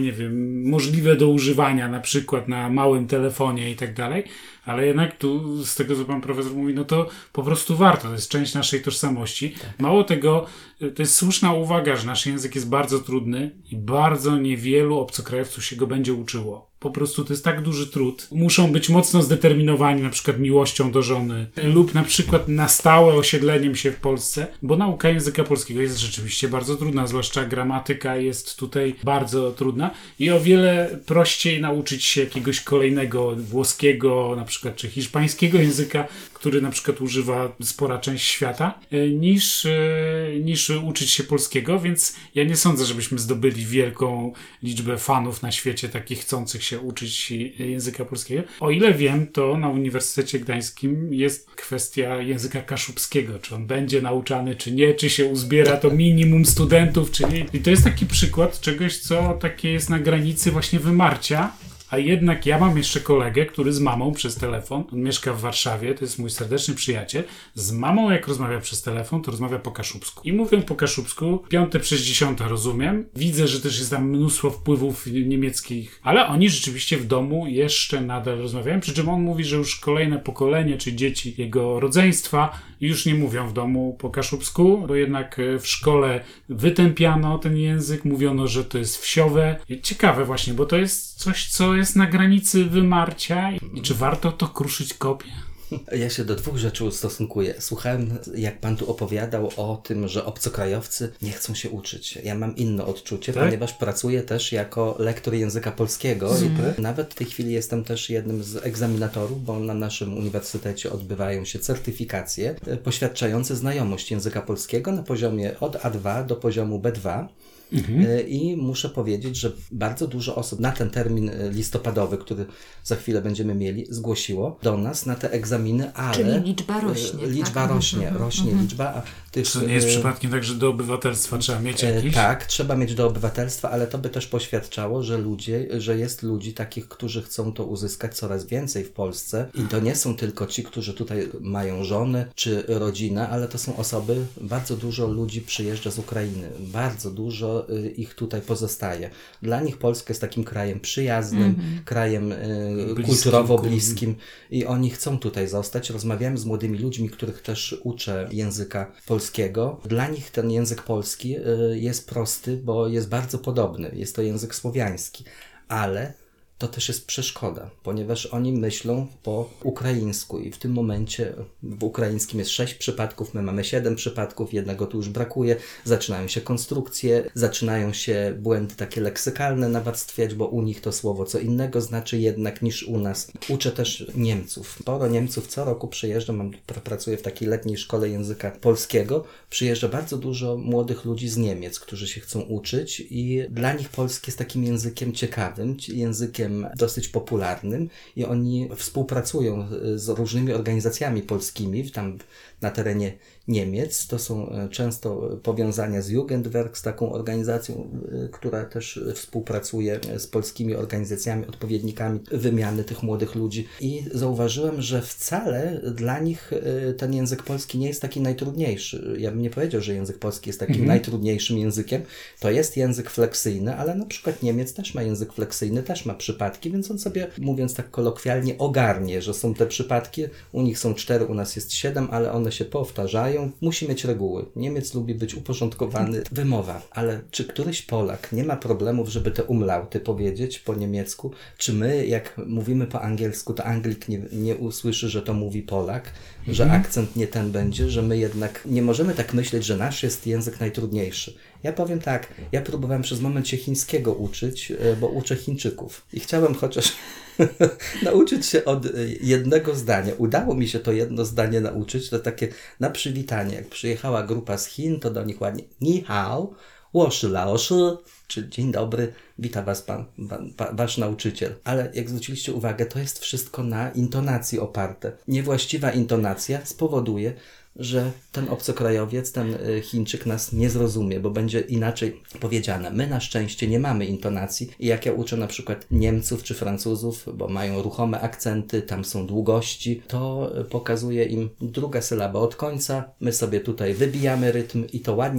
S1: nie wiem, możliwe do używania na przykład na małym telefonie i tak dalej, ale jednak tu z tego, co pan profesor mówi, no to po prostu warto, to jest część naszej tożsamości. Tak. Mało tego, to jest słuszna uwaga, że nasz język jest bardzo trudny i bardzo niewielu obcokrajowców się go będzie uczyło. Po prostu to jest tak duży trud. Muszą być mocno zdeterminowani na przykład miłością do żony lub na przykład na stałe osiedleniem się w Polsce, bo nauka języka polskiego jest rzeczywiście bardzo trudna, zwłaszcza gramatyka jest tutaj bardzo trudna i o wiele prościej nauczyć się jakiegoś kolejnego włoskiego, na przykład czy hiszpańskiego języka, który na przykład używa spora część świata, niż, niż uczyć się polskiego, więc ja nie sądzę, żebyśmy zdobyli wielką liczbę fanów na świecie, takich chcących się uczyć języka polskiego. O ile wiem, to na Uniwersytecie Gdańskim jest kwestia języka kaszubskiego, czy on będzie nauczany, czy nie, czy się uzbiera to minimum studentów, czy nie. I to jest taki przykład czegoś, co takie jest na granicy właśnie wymarcia. A jednak ja mam jeszcze kolegę, który z mamą przez telefon, on mieszka w Warszawie, to jest mój serdeczny przyjaciel, z mamą jak rozmawia przez telefon, to rozmawia po kaszubsku. I mówią po kaszubsku, piąte przez dziesiąte rozumiem, widzę, że też jest tam mnóstwo wpływów niemieckich, ale oni rzeczywiście w domu jeszcze nadal rozmawiają, przy czym on mówi, że już kolejne pokolenie, czy dzieci jego rodzeństwa już nie mówią w domu po kaszubsku, bo jednak w szkole wytępiano ten język, mówiono, że to jest wsiowe. Ciekawe właśnie, bo to jest coś, co jest na granicy wymarcia i czy warto to kruszyć kopię?
S3: Ja się do dwóch rzeczy ustosunkuję. Słuchałem, jak pan tu opowiadał o tym, że obcokrajowcy nie chcą się uczyć. Ja mam inne odczucie, tak? Ponieważ pracuję też jako lektor języka polskiego. Super. I nawet w tej chwili jestem też jednym z egzaminatorów, bo na naszym uniwersytecie odbywają się certyfikacje poświadczające znajomość języka polskiego na poziomie od A dwa do poziomu B dwa. Mhm. I muszę powiedzieć, że bardzo dużo osób na ten termin listopadowy, który za chwilę będziemy mieli, zgłosiło do nas na te egzaminy, ale...
S2: Czyli liczba rośnie.
S3: Liczba
S2: tak?
S3: rośnie,
S2: mhm.
S3: rośnie
S2: mhm.
S3: liczba. A tych,
S1: to nie jest przypadkiem tak, że do obywatelstwa trzeba mieć jakieś?
S3: Tak, trzeba mieć do obywatelstwa, ale to by też poświadczało, że ludzie, że jest ludzi takich, którzy chcą to uzyskać coraz więcej w Polsce i to nie są tylko ci, którzy tutaj mają żonę czy rodzinę, ale to są osoby, bardzo dużo ludzi przyjeżdża z Ukrainy, bardzo dużo ich tutaj pozostaje. Dla nich Polska jest takim krajem przyjaznym, mm-hmm. krajem y, bliskim, kulturowo bliskim i oni chcą tutaj zostać. Rozmawiałem z młodymi ludźmi, których też uczę języka polskiego. Dla nich ten język polski y, jest prosty, bo jest bardzo podobny. Jest to język słowiański, ale to też jest przeszkoda, ponieważ oni myślą po ukraińsku i w tym momencie w ukraińskim jest sześć przypadków, my mamy siedem przypadków, jednego tu już brakuje, zaczynają się konstrukcje, zaczynają się błędy takie leksykalne nawarstwiać, bo u nich to słowo co innego znaczy jednak niż u nas. Uczę też Niemców. Sporo Niemców co roku przyjeżdża, mam, pracuję w takiej letniej szkole języka polskiego, przyjeżdża bardzo dużo młodych ludzi z Niemiec, którzy się chcą uczyć i dla nich polski jest takim językiem ciekawym, językiem dosyć popularnym i oni współpracują z różnymi organizacjami polskimi tam na terenie Niemiec. To są często powiązania z Jugendwerk, z taką organizacją, która też współpracuje z polskimi organizacjami, odpowiednikami wymiany tych młodych ludzi. I zauważyłem, że wcale dla nich ten język polski nie jest taki najtrudniejszy. Ja bym nie powiedział, że język polski jest takim mhm. najtrudniejszym językiem. To jest język fleksyjny, ale na przykład Niemiec też ma język fleksyjny, też ma przypadki, więc on sobie, mówiąc tak kolokwialnie, ogarnie, że są te przypadki. U nich są cztery, u nas jest siedem, ale one się powtarzają. Musi mieć reguły. Niemiec lubi być uporządkowany. Wymowa. Ale czy któryś Polak nie ma problemów, żeby te umlauty powiedzieć po niemiecku? Czy my, jak mówimy po angielsku, to Anglik nie, nie usłyszy, że to mówi Polak? Mhm. Że akcent nie ten będzie? Że my jednak nie możemy tak myśleć, że nasz jest język najtrudniejszy. Ja powiem tak, ja próbowałem przez moment się chińskiego uczyć, bo uczę Chińczyków. I chciałem chociaż nauczyć się od jednego zdania. Udało mi się to jedno zdanie nauczyć, to takie na przywitanie. Jak przyjechała grupa z Chin, to do nich ładnie ni hao, wo shi lao shi, czyli dzień dobry, wita was pan, pan, pan, wasz nauczyciel. Ale jak zwróciliście uwagę, to jest wszystko na intonacji oparte. Niewłaściwa intonacja spowoduje, że ten obcokrajowiec, ten Chińczyk nas nie zrozumie, bo będzie inaczej powiedziane. My na szczęście nie mamy intonacji i jak ja uczę na przykład Niemców czy Francuzów, bo mają ruchome akcenty, tam są długości, to pokazuję im druga sylaba od końca, my sobie tutaj wybijamy rytm i to ładnie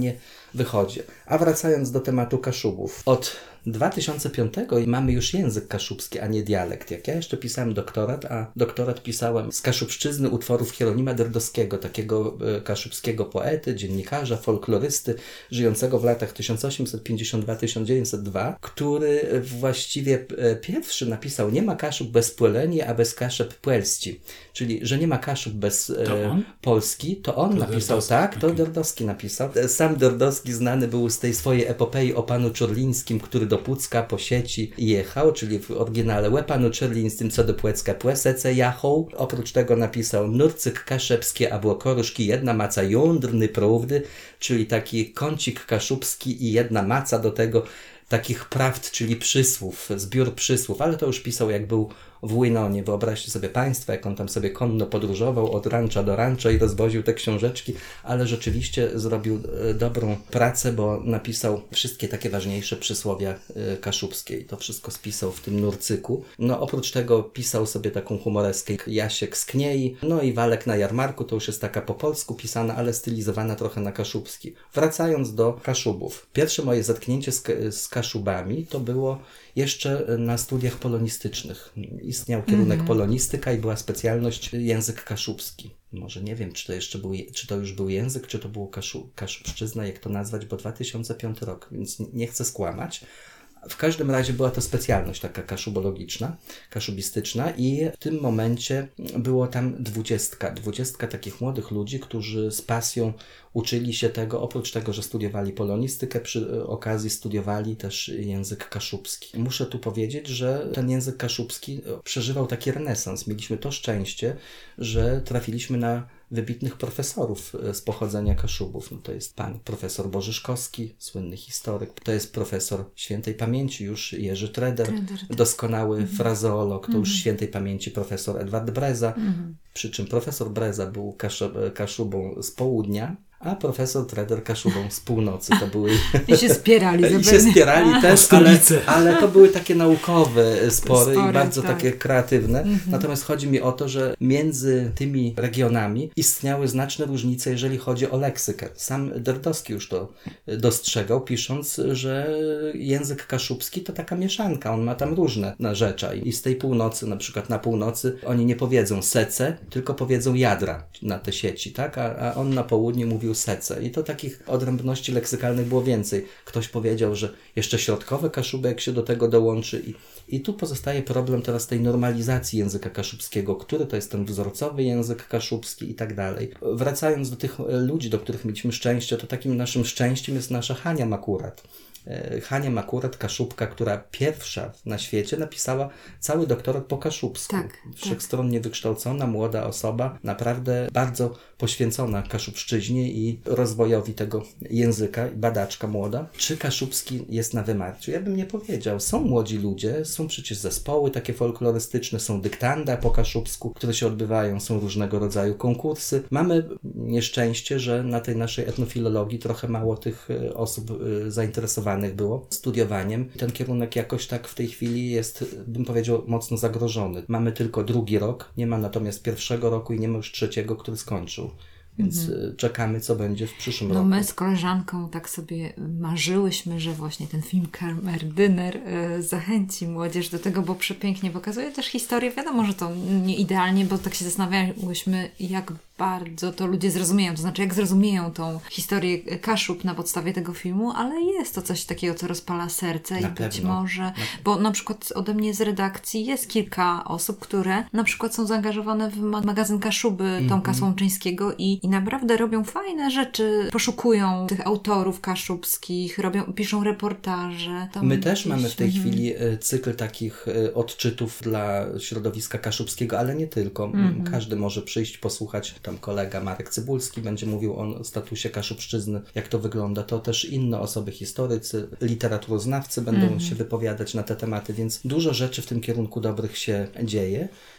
S3: wychodzi. A wracając do tematu Kaszubów. Od dwa tysiące piątego mamy już język kaszubski, a nie dialekt. Jak ja jeszcze pisałem doktorat, a doktorat pisałem z kaszubszczyzny utworów Hieronima Derdowskiego, takiego e, kaszubskiego poety, dziennikarza, folklorysty, żyjącego w latach tysiąc osiemset pięćdziesiąt dwa do tysiąc dziewięćset dwa, który właściwie e, pierwszy napisał: nie ma Kaszub bez Płeleni, a bez Kaszeb Płelści. Czyli, że nie ma Kaszub bez e, Polski, to on to napisał, Derdowski, tak, to okay. Derdowski napisał. Sam Derdowski znany był z tej swojej epopei o panu Czurlińskim, który do Pucka po sieci jechał, czyli w oryginale łe panu Czurlińskim, co do Płecka Płesece jachał. Oprócz tego napisał nurcyk kaszebskie, albo koruszki, jedna maca jądrny prawdy, czyli taki kącik kaszubski i jedna maca do tego takich prawd, czyli przysłów, zbiór przysłów, ale to już pisał jak był w Łynonie. Wyobraźcie sobie Państwo, jak on tam sobie konno podróżował od rancza do rancza i rozwoził te książeczki, ale rzeczywiście zrobił e, dobrą pracę, bo napisał wszystkie takie ważniejsze przysłowia e, kaszubskie i to wszystko spisał w tym nurcyku. No oprócz tego pisał sobie taką humoreskę Jasiek z Kniei, no i Walek na jarmarku, to już jest taka po polsku pisana, ale stylizowana trochę na kaszubski. Wracając do Kaszubów. Pierwsze moje zetknięcie z, z Kaszubami to było jeszcze na studiach polonistycznych. Istniał kierunek mm-hmm. polonistyka i była specjalność język kaszubski. Może nie wiem, czy to jeszcze był, czy to już był język, czy to było kaszu, kaszubszczyzna, jak to nazwać, bo dwa tysiące piąty rok, więc nie chcę skłamać. W każdym razie była to specjalność taka kaszubologiczna, kaszubistyczna i w tym momencie było tam dwudziestka, dwudziestka takich młodych ludzi, którzy z pasją uczyli się tego, oprócz tego, że studiowali polonistykę, przy okazji studiowali też język kaszubski. Muszę tu powiedzieć, że ten język kaszubski przeżywał taki renesans. Mieliśmy to szczęście, że trafiliśmy na wybitnych profesorów z pochodzenia Kaszubów. No to jest pan profesor Bożyszkowski, słynny historyk. To jest profesor świętej pamięci już Jerzy Treder, Treder tak. doskonały mm-hmm. frazeolog. To mm-hmm. już świętej pamięci profesor Edward Breza. Mm-hmm. Przy czym profesor Breza był Kaszub- Kaszubą z południa, a profesor Treder Kaszubą z północy. To były...
S2: I się spierali.
S3: I się spierali też, ale, ale to były takie naukowe spory, spory i bardzo tak. takie kreatywne. Mm-hmm. Natomiast chodzi mi o to, że między tymi regionami istniały znaczne różnice, jeżeli chodzi o leksykę. Sam Derdowski już to dostrzegał, pisząc, że język kaszubski to taka mieszanka. On ma tam różne narzecza. I z tej północy, na przykład na północy, oni nie powiedzą sece, tylko powiedzą jadra na te sieci, tak? A, a on na południu mówił sece. I to takich odrębności leksykalnych było więcej. Ktoś powiedział, że jeszcze środkowe Kaszuby, jak się do tego dołączy. I, i tu pozostaje problem teraz tej normalizacji języka kaszubskiego, który to jest ten wzorcowy język kaszubski i tak dalej. Wracając do tych ludzi, do których mieliśmy szczęście, to takim naszym szczęściem jest nasza Hania Makurat. Hania Makurat, Kaszubka, która pierwsza na świecie napisała cały doktorat po kaszubsku. Tak, wszechstronnie tak. wykształcona, młoda osoba, naprawdę bardzo poświęcona kaszubszczyźnie i rozwojowi tego języka, badaczka młoda. Czy kaszubski jest na wymarciu? Ja bym nie powiedział. Są młodzi ludzie, są przecież zespoły takie folklorystyczne, są dyktanda po kaszubsku, które się odbywają, są różnego rodzaju konkursy. Mamy nieszczęście, że na tej naszej etnofilologii trochę mało tych osób zainteresowanych było studiowaniem. Ten kierunek jakoś tak w tej chwili jest, bym powiedział, mocno zagrożony. Mamy tylko drugi rok, nie ma natomiast pierwszego roku i nie ma już trzeciego, który skończył. Więc mhm. czekamy, co będzie w przyszłym
S2: no
S3: roku.
S2: No my z koleżanką tak sobie marzyłyśmy, że właśnie ten film Kamerdyner y, zachęci młodzież do tego, bo przepięknie pokazuje też historię. Wiadomo, że to nie idealnie, bo tak się zastanawiałyśmy, jak bardzo to ludzie zrozumieją, to znaczy jak zrozumieją tą historię Kaszub na podstawie tego filmu, ale jest to coś takiego, co rozpala serce na i pewno. Być może, na... bo na przykład ode mnie z redakcji jest kilka osób, które na przykład są zaangażowane w magazyn Kaszuby mm-hmm. Tomka Słomczyńskiego i, i naprawdę robią fajne rzeczy, poszukują tych autorów kaszubskich, robią, piszą reportaże.
S3: My też gdzieś... mamy w tej mm-hmm. chwili cykl takich odczytów dla środowiska kaszubskiego, ale nie tylko. Mm-hmm. Każdy może przyjść, posłuchać. Tam kolega Marek Cybulski będzie mówił o statusie kaszubszczyzny, jak to wygląda. To też inne osoby, historycy, literaturoznawcy będą mm-hmm. się wypowiadać na te tematy, więc dużo rzeczy w tym kierunku dobrych się dzieje.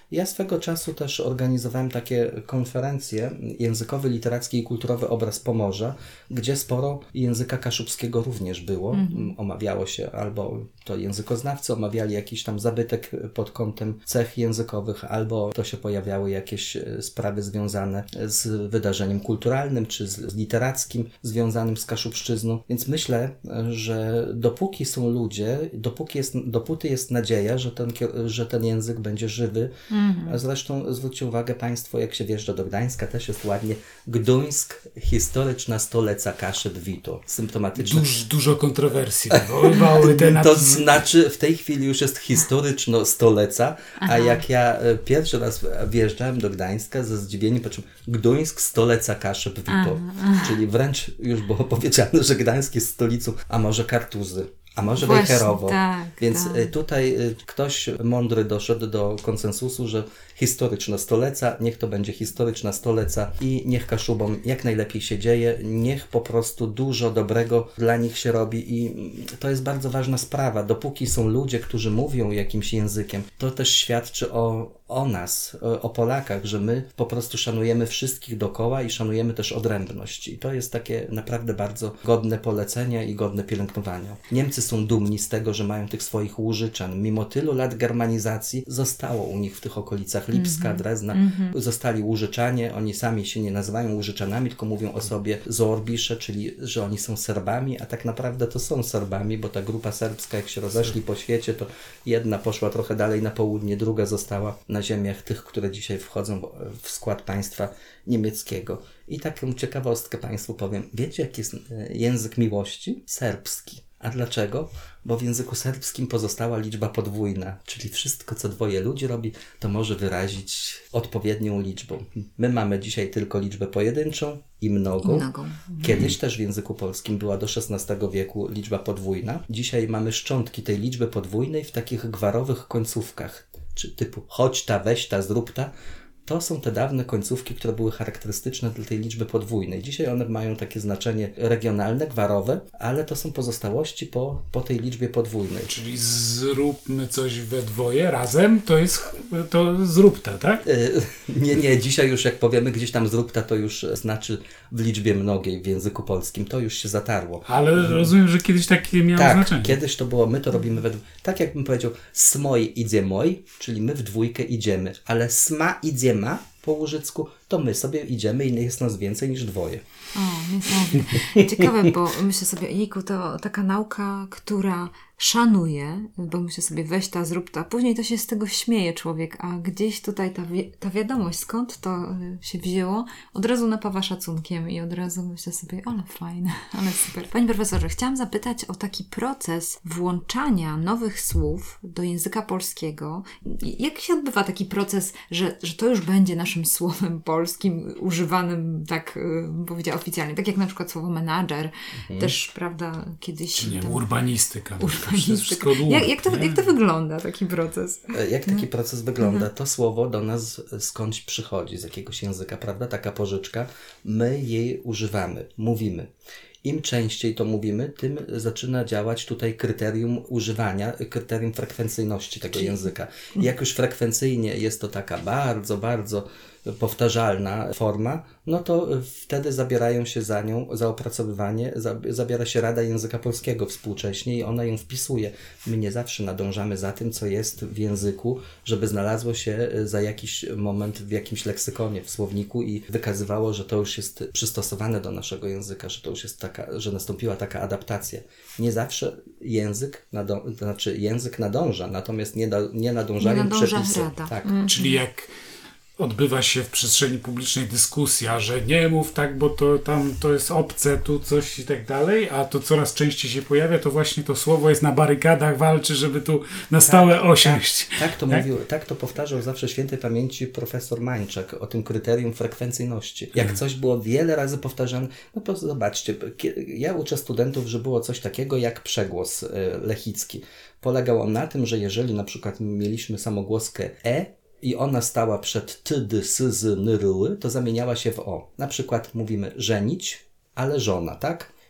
S3: Ja swego czasu też organizowałem takie konferencje językowy, literacki i kulturowy obraz Pomorza, gdzie sporo języka kaszubskiego również było. Mm-hmm. Omawiało się albo to językoznawcy omawiali jakiś tam zabytek pod kątem cech językowych, albo to się pojawiały jakieś sprawy związane z wydarzeniem kulturalnym czy z literackim związanym z Kaszubszczyzną. Więc myślę, że dopóki są ludzie, dopóki jest, dopóty jest nadzieja, że ten, że ten język będzie żywy. Mm-hmm. Zresztą zwróćcie uwagę Państwo, jak się wjeżdża do Gdańska, też jest ładnie Gduńsk, historyczna stolica Kaszub Wito. Symptomatyczne.
S1: Duż, dużo kontrowersji wywoływały te
S3: To znaczy w tej chwili już jest historyczna stolica, a jak ja pierwszy raz wjeżdżałem do Gdańska, ze zdziwieniem patrzyłem, Gduńsk, stolica Kaszub Wito. Czyli wręcz już było powiedziane, że Gdańsk jest stolicą, a może Kartuzy. A może Wejherowo.
S2: Tak,
S3: Więc
S2: tak.
S3: tutaj ktoś mądry doszedł do konsensusu, że historyczna stolica, niech to będzie historyczna stolica i niech Kaszubom jak najlepiej się dzieje, niech po prostu dużo dobrego dla nich się robi i to jest bardzo ważna sprawa. Dopóki są ludzie, którzy mówią jakimś językiem, to też świadczy o, o nas, o Polakach, że my po prostu szanujemy wszystkich dookoła i szanujemy też odrębność. I to jest takie naprawdę bardzo godne polecenia i godne pielęgnowania. Niemcy są dumni z tego, że mają tych swoich Łużyczan. Mimo tylu lat germanizacji zostało u nich w tych okolicach Lipska, mm-hmm. Drezna. Mm-hmm. Zostali Łużyczanie. Oni sami się nie nazywają Łużyczanami, tylko mówią o sobie Zorbisze, czyli że oni są Serbami, a tak naprawdę to są Serbami, bo ta grupa serbska, jak się rozeszli po świecie, to jedna poszła trochę dalej na południe, druga została na ziemiach tych, które dzisiaj wchodzą w skład państwa niemieckiego. I taką ciekawostkę Państwu powiem. Wiecie, jaki jest język miłości? Serbski. A dlaczego? Bo w języku serbskim pozostała liczba podwójna, czyli wszystko, co dwoje ludzi robi, to może wyrazić odpowiednią liczbą. My mamy dzisiaj tylko liczbę pojedynczą i mnogą.
S2: Mnogą.
S3: Kiedyś też w języku polskim była do szesnastego wieku liczba podwójna. Dzisiaj mamy szczątki tej liczby podwójnej w takich gwarowych końcówkach, czy typu chodź ta, weź ta, zrób ta. To są te dawne końcówki, które były charakterystyczne dla tej liczby podwójnej. Dzisiaj one mają takie znaczenie regionalne, gwarowe, ale to są pozostałości po, po tej liczbie podwójnej.
S1: Czyli zróbmy coś we dwoje razem, to jest to zrób ta, tak?
S3: Yy, nie, nie, dzisiaj już jak powiemy gdzieś tam zrób ta, to już znaczy w liczbie mnogiej w języku polskim. To już się zatarło.
S1: Ale mhm. rozumiem, że kiedyś takie miało
S3: tak,
S1: znaczenie.
S3: Kiedyś to było, my to robimy we dwójkę. Tak jakbym powiedział, smoj idzie moj, czyli my w dwójkę idziemy, ale sma idzie ma po łużycku, to my sobie idziemy i jest nas więcej niż dwoje.
S2: O, niesamowite. Ciekawe, bo myślę sobie, jejku, to taka nauka, która szanuje, bo myślę sobie, weź ta, zrób ta. Później to się z tego śmieje człowiek, a gdzieś tutaj ta, wi- ta wiadomość, skąd to się wzięło, od razu napawa szacunkiem i od razu myślę sobie, ale fajne, ale super. Panie profesorze, chciałam zapytać o taki proces włączania nowych słów do języka polskiego. Jak się odbywa taki proces, że, że to już będzie naszym słowem polskim, używanym tak, bym powiedziała, oficjalnie. Tak jak na przykład słowo menadżer, mhm. też, prawda, kiedyś...
S1: Czy nie,
S2: tam...
S1: urbanistyka.
S2: urbanistyka.
S1: To jest wszystko długo,
S2: jak, jak, to, jak to wygląda, taki proces?
S3: Jak taki proces wygląda?
S2: Mhm.
S3: To słowo do nas skądś przychodzi, z jakiegoś języka, prawda? Taka pożyczka. My jej używamy, mówimy. Im częściej to mówimy, tym zaczyna działać tutaj kryterium używania, kryterium frekwencyjności tego języka. I jak już frekwencyjnie jest to taka bardzo, bardzo powtarzalna forma, no to wtedy zabierają się za nią, za opracowywanie, za, zabiera się Rada Języka Polskiego współcześnie i ona ją wpisuje. My nie zawsze nadążamy za tym, co jest w języku, żeby znalazło się za jakiś moment w jakimś leksykonie, w słowniku i wykazywało, że to już jest przystosowane do naszego języka, że to już jest taka, że nastąpiła taka adaptacja. Nie zawsze język, nado, to znaczy język nadąża, natomiast nie, da, nie nadążają
S2: nie nadąża
S3: przepisy.
S2: Rada.
S3: Tak.
S2: Mm.
S1: Czyli jak odbywa się w przestrzeni publicznej dyskusja, że nie mów tak, bo to tam to jest obce, tu coś i tak dalej, a to coraz częściej się pojawia, to właśnie to słowo jest na barykadach, walczy, żeby tu na stałe
S3: tak,
S1: osiąść.
S3: Tak, tak, to tak? Mówił, tak to powtarzał zawsze świętej pamięci profesor Mańczak o tym kryterium frekwencyjności. Jak hmm. coś było wiele razy powtarzane, no to zobaczcie, ja uczę studentów, że było coś takiego jak przegłos lechicki. Polegał on na tym, że jeżeli na przykład mieliśmy samogłoskę e, i ona stała przed ty, dy, sy, zy, ny, ryły, to zamieniała się w o. Na przykład mówimy żenić, ale żona, tak?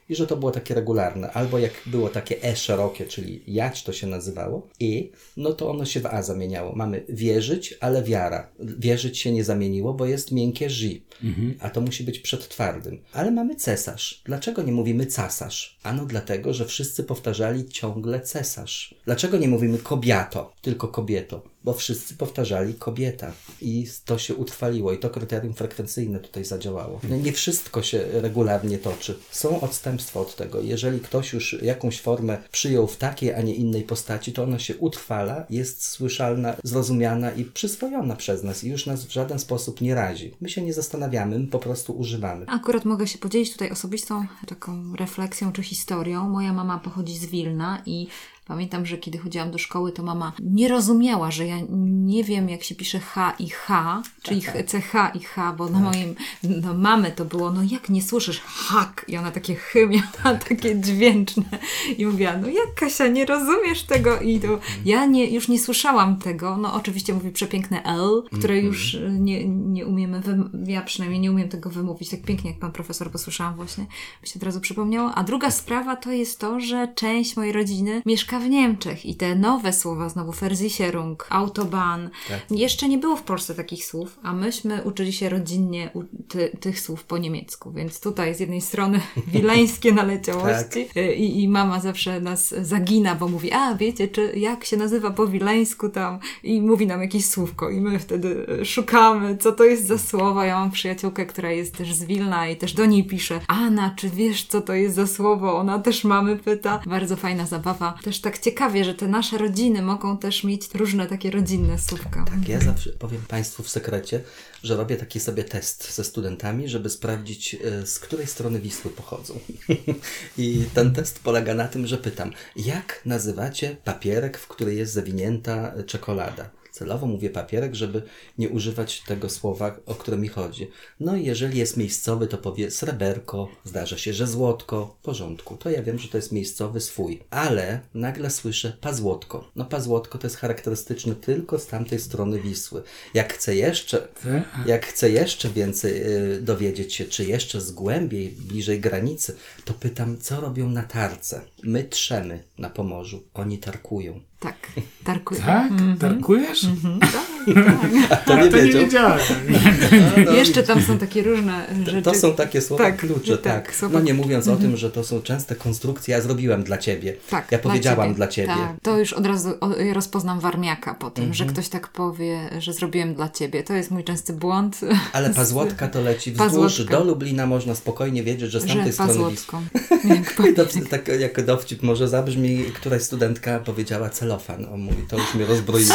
S3: i że to było takie regularne. Albo jak było takie E szerokie, czyli jać to się nazywało, i, no to ono się w A zamieniało. Mamy wierzyć, ale wiara. Wierzyć się nie zamieniło, bo jest miękkie ży, mhm. a to musi być przed twardym. Ale mamy cesarz. Dlaczego nie mówimy casarz? Ano dlatego, że wszyscy powtarzali ciągle cesarz. Dlaczego nie mówimy kobiato, tylko kobieto? Bo wszyscy powtarzali kobieta i to się utrwaliło i to kryterium frekwencyjne tutaj zadziałało. No nie wszystko się regularnie toczy. Są odstępstwa od tego. Jeżeli ktoś już jakąś formę przyjął w takiej, a nie innej postaci, to ona się utrwala, jest słyszalna, zrozumiana i przyswojona przez nas i już nas w żaden sposób nie razi. My się nie zastanawiamy, my po prostu używamy.
S2: Akurat mogę się podzielić tutaj osobistą taką refleksją czy historią. Moja mama pochodzi z Wilna i pamiętam, że kiedy chodziłam do szkoły, to mama nie rozumiała, że ja nie wiem, jak się pisze H i H, czyli C H i H, bo na moim, no mamy to było, no jak nie słyszysz hak? I ona takie chy miała, takie dźwięczne. I mówiła, no jak Kasia, nie rozumiesz tego? I to ja nie, już nie słyszałam tego. No oczywiście mówi przepiękne L, które już nie, nie umiemy, wym- ja przynajmniej nie umiem tego wymówić tak pięknie, jak pan profesor, bo słyszałam właśnie, mi się od razu przypomniało. A druga sprawa to jest to, że część mojej rodziny mieszka w Niemczech i te nowe słowa, znowu Versicherung, Autobahn, tak. Jeszcze nie było w Polsce takich słów, a myśmy uczyli się rodzinnie u, ty, tych słów po niemiecku, więc tutaj z jednej strony wileńskie naleciałości tak. I, i mama zawsze nas zagina, bo mówi, a wiecie, czy jak się nazywa po wileńsku tam i mówi nam jakieś słówko i my wtedy szukamy, co to jest za słowa. Ja mam przyjaciółkę, która jest też z Wilna i też do niej pisze, Anna, czy wiesz, co to jest za słowo? Ona też mamy pyta. Bardzo fajna zabawa. Też tak ciekawie, że te nasze rodziny mogą też mieć różne takie rodzinne słówka.
S3: Tak, ja zawsze powiem Państwu w sekrecie, że robię taki sobie test ze studentami, żeby sprawdzić, z której strony Wisły pochodzą. I ten test polega na tym, że pytam, jak nazywacie papierek, w który jest zawinięta czekolada? Celowo mówię papierek, żeby nie używać tego słowa, o które mi chodzi. No i jeżeli jest miejscowy, to powie sreberko, zdarza się, że złotko, w porządku. To ja wiem, że to jest miejscowy swój. Ale nagle słyszę pazłotko. No pazłotko to jest charakterystyczne tylko z tamtej strony Wisły. Jak chcę jeszcze, jak chcę jeszcze więcej yy, dowiedzieć się, czy jeszcze z głębiej, bliżej granicy, to pytam, co robią na tarce. My trzemy na Pomorzu, oni tarkują.
S2: Tak, tarkuję.
S1: Tak? Mm-hmm. Tarkujesz?
S2: Mm-hmm. Tak, tak.
S3: To nie,
S1: to nie wiedziałem.
S2: No, no, Jeszcze tam są takie różne rzeczy.
S3: To są takie słowa
S2: tak,
S3: klucze, tak. tak.
S2: Słowa...
S3: No nie mówiąc mm-hmm. o tym, że to są częste konstrukcje, ja zrobiłem dla Ciebie.
S2: Tak,
S3: ja powiedziałam
S2: dla Ciebie.
S3: dla Ciebie.
S2: Tak. To już od razu rozpoznam warmiaka po tym, mm-hmm. że ktoś tak powie, że zrobiłem dla Ciebie. To jest mój częsty błąd.
S3: Ale pazłotka to leci wzdłuż. Pazłotka. Do Lublina można spokojnie wiedzieć, że z tamtej
S2: że
S3: strony... I to tak jako dowcip może zabrzmi, któraś studentka powiedziała celofan. O mój, to już mnie rozbroiło.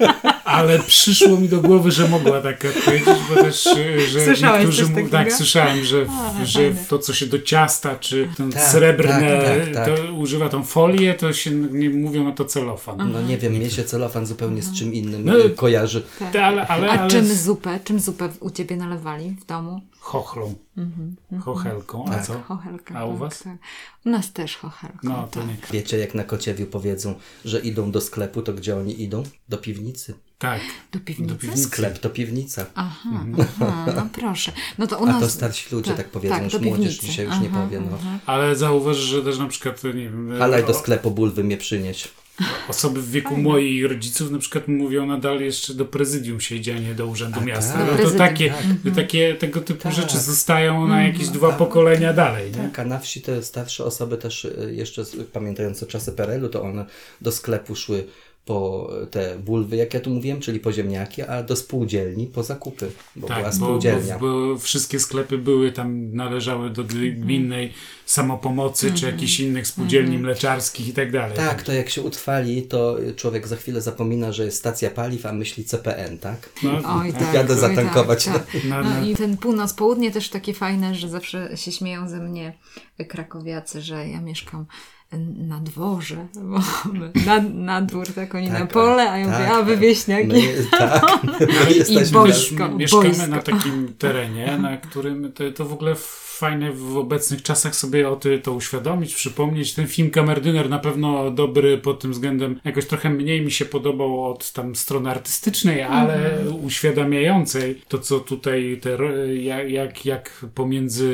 S1: Ale przyszło mi do głowy, że mogła tak odpowiedzieć, bo też, że
S2: Słyszałeś
S1: niektórzy
S2: coś
S1: mu, tak, słyszałem, że,
S2: A,
S1: że to, co się do ciasta, czy ten
S3: tak,
S1: srebrne,
S3: tak, tak, tak.
S1: to używa tą folię, to się nie mówią na to celofan.
S3: Aha. No nie wiem, mnie się celofan zupełnie z czym innym
S1: no,
S3: kojarzy.
S1: Tak. Ale, ale,
S2: A
S1: ale...
S2: czym zupę? Czym zupę u Ciebie nalewali w domu?
S1: Chochlą. Mm-hmm. Chochelką. A
S3: tak.
S1: co?
S2: Chochelka.
S1: A u
S2: tak,
S1: was?
S2: Tak. U nas też chochelka.
S1: No, to
S2: tak.
S1: nie.
S3: Wiecie, jak na Kociewiu powiedzą, że idą do sklepu, to gdzie oni idą? Do piwnicy.
S1: Tak.
S2: Do piwnicy?
S1: Do piwnicy.
S3: Sklep to piwnica.
S2: Aha, mhm. aha, no proszę. No to u nas...
S3: A to starsi ludzie tak, tak powiedzą,
S2: tak,
S3: już młodzież dzisiaj już
S2: aha,
S3: nie powie. No.
S1: Ale zauważ, że też na przykład, nie wiem...
S3: Ale do sklepu bulwy mnie przynieść.
S1: Osoby w wieku Fajne. moich rodziców na przykład mówią nadal jeszcze do prezydium się idzie, a nie do urzędu
S3: a
S1: miasta.
S3: tak.
S1: No to takie,
S2: tak.
S1: takie tego typu
S3: tak.
S1: rzeczy zostają na jakieś
S3: mm,
S1: dwa
S3: tak.
S1: pokolenia dalej. Nie?
S3: Tak, a na wsi te starsze osoby też jeszcze pamiętające czasy P R L u, to one do sklepu szły po te bulwy, jak ja tu mówiłem, czyli po ziemniaki, a do spółdzielni po zakupy, bo
S1: tak,
S3: była spółdzielnia.
S1: Bo, bo, bo wszystkie sklepy były tam, należały do gminnej samopomocy, mm. czy jakichś innych spółdzielni mm. mleczarskich i tak dalej.
S3: Tak, to jak się utrwali, to człowiek za chwilę zapomina, że jest stacja paliw, a myśli C P N, tak?
S2: No, oj, tak
S3: jadę
S2: oj,
S3: zatankować.
S2: Tak, tak. No, no. no i ten północ-południe też takie fajne, że zawsze się śmieją ze mnie krakowiacy, że ja mieszkam na dworze, bo na, na dwór, tak, oni tak, na pole, a ja
S3: tak,
S2: mówię, a wy wieśniaki.
S3: My, tak, my
S2: I boisko.
S1: Mieszkamy
S2: boisko.
S1: na takim terenie, na którym to, to w ogóle fajne w obecnych czasach sobie o ty, to uświadomić, przypomnieć. Ten film Kamerdyner na pewno dobry pod tym względem. Jakoś trochę mniej mi się podobał od tam strony artystycznej, ale mm. uświadamiającej to, co tutaj te, jak, jak pomiędzy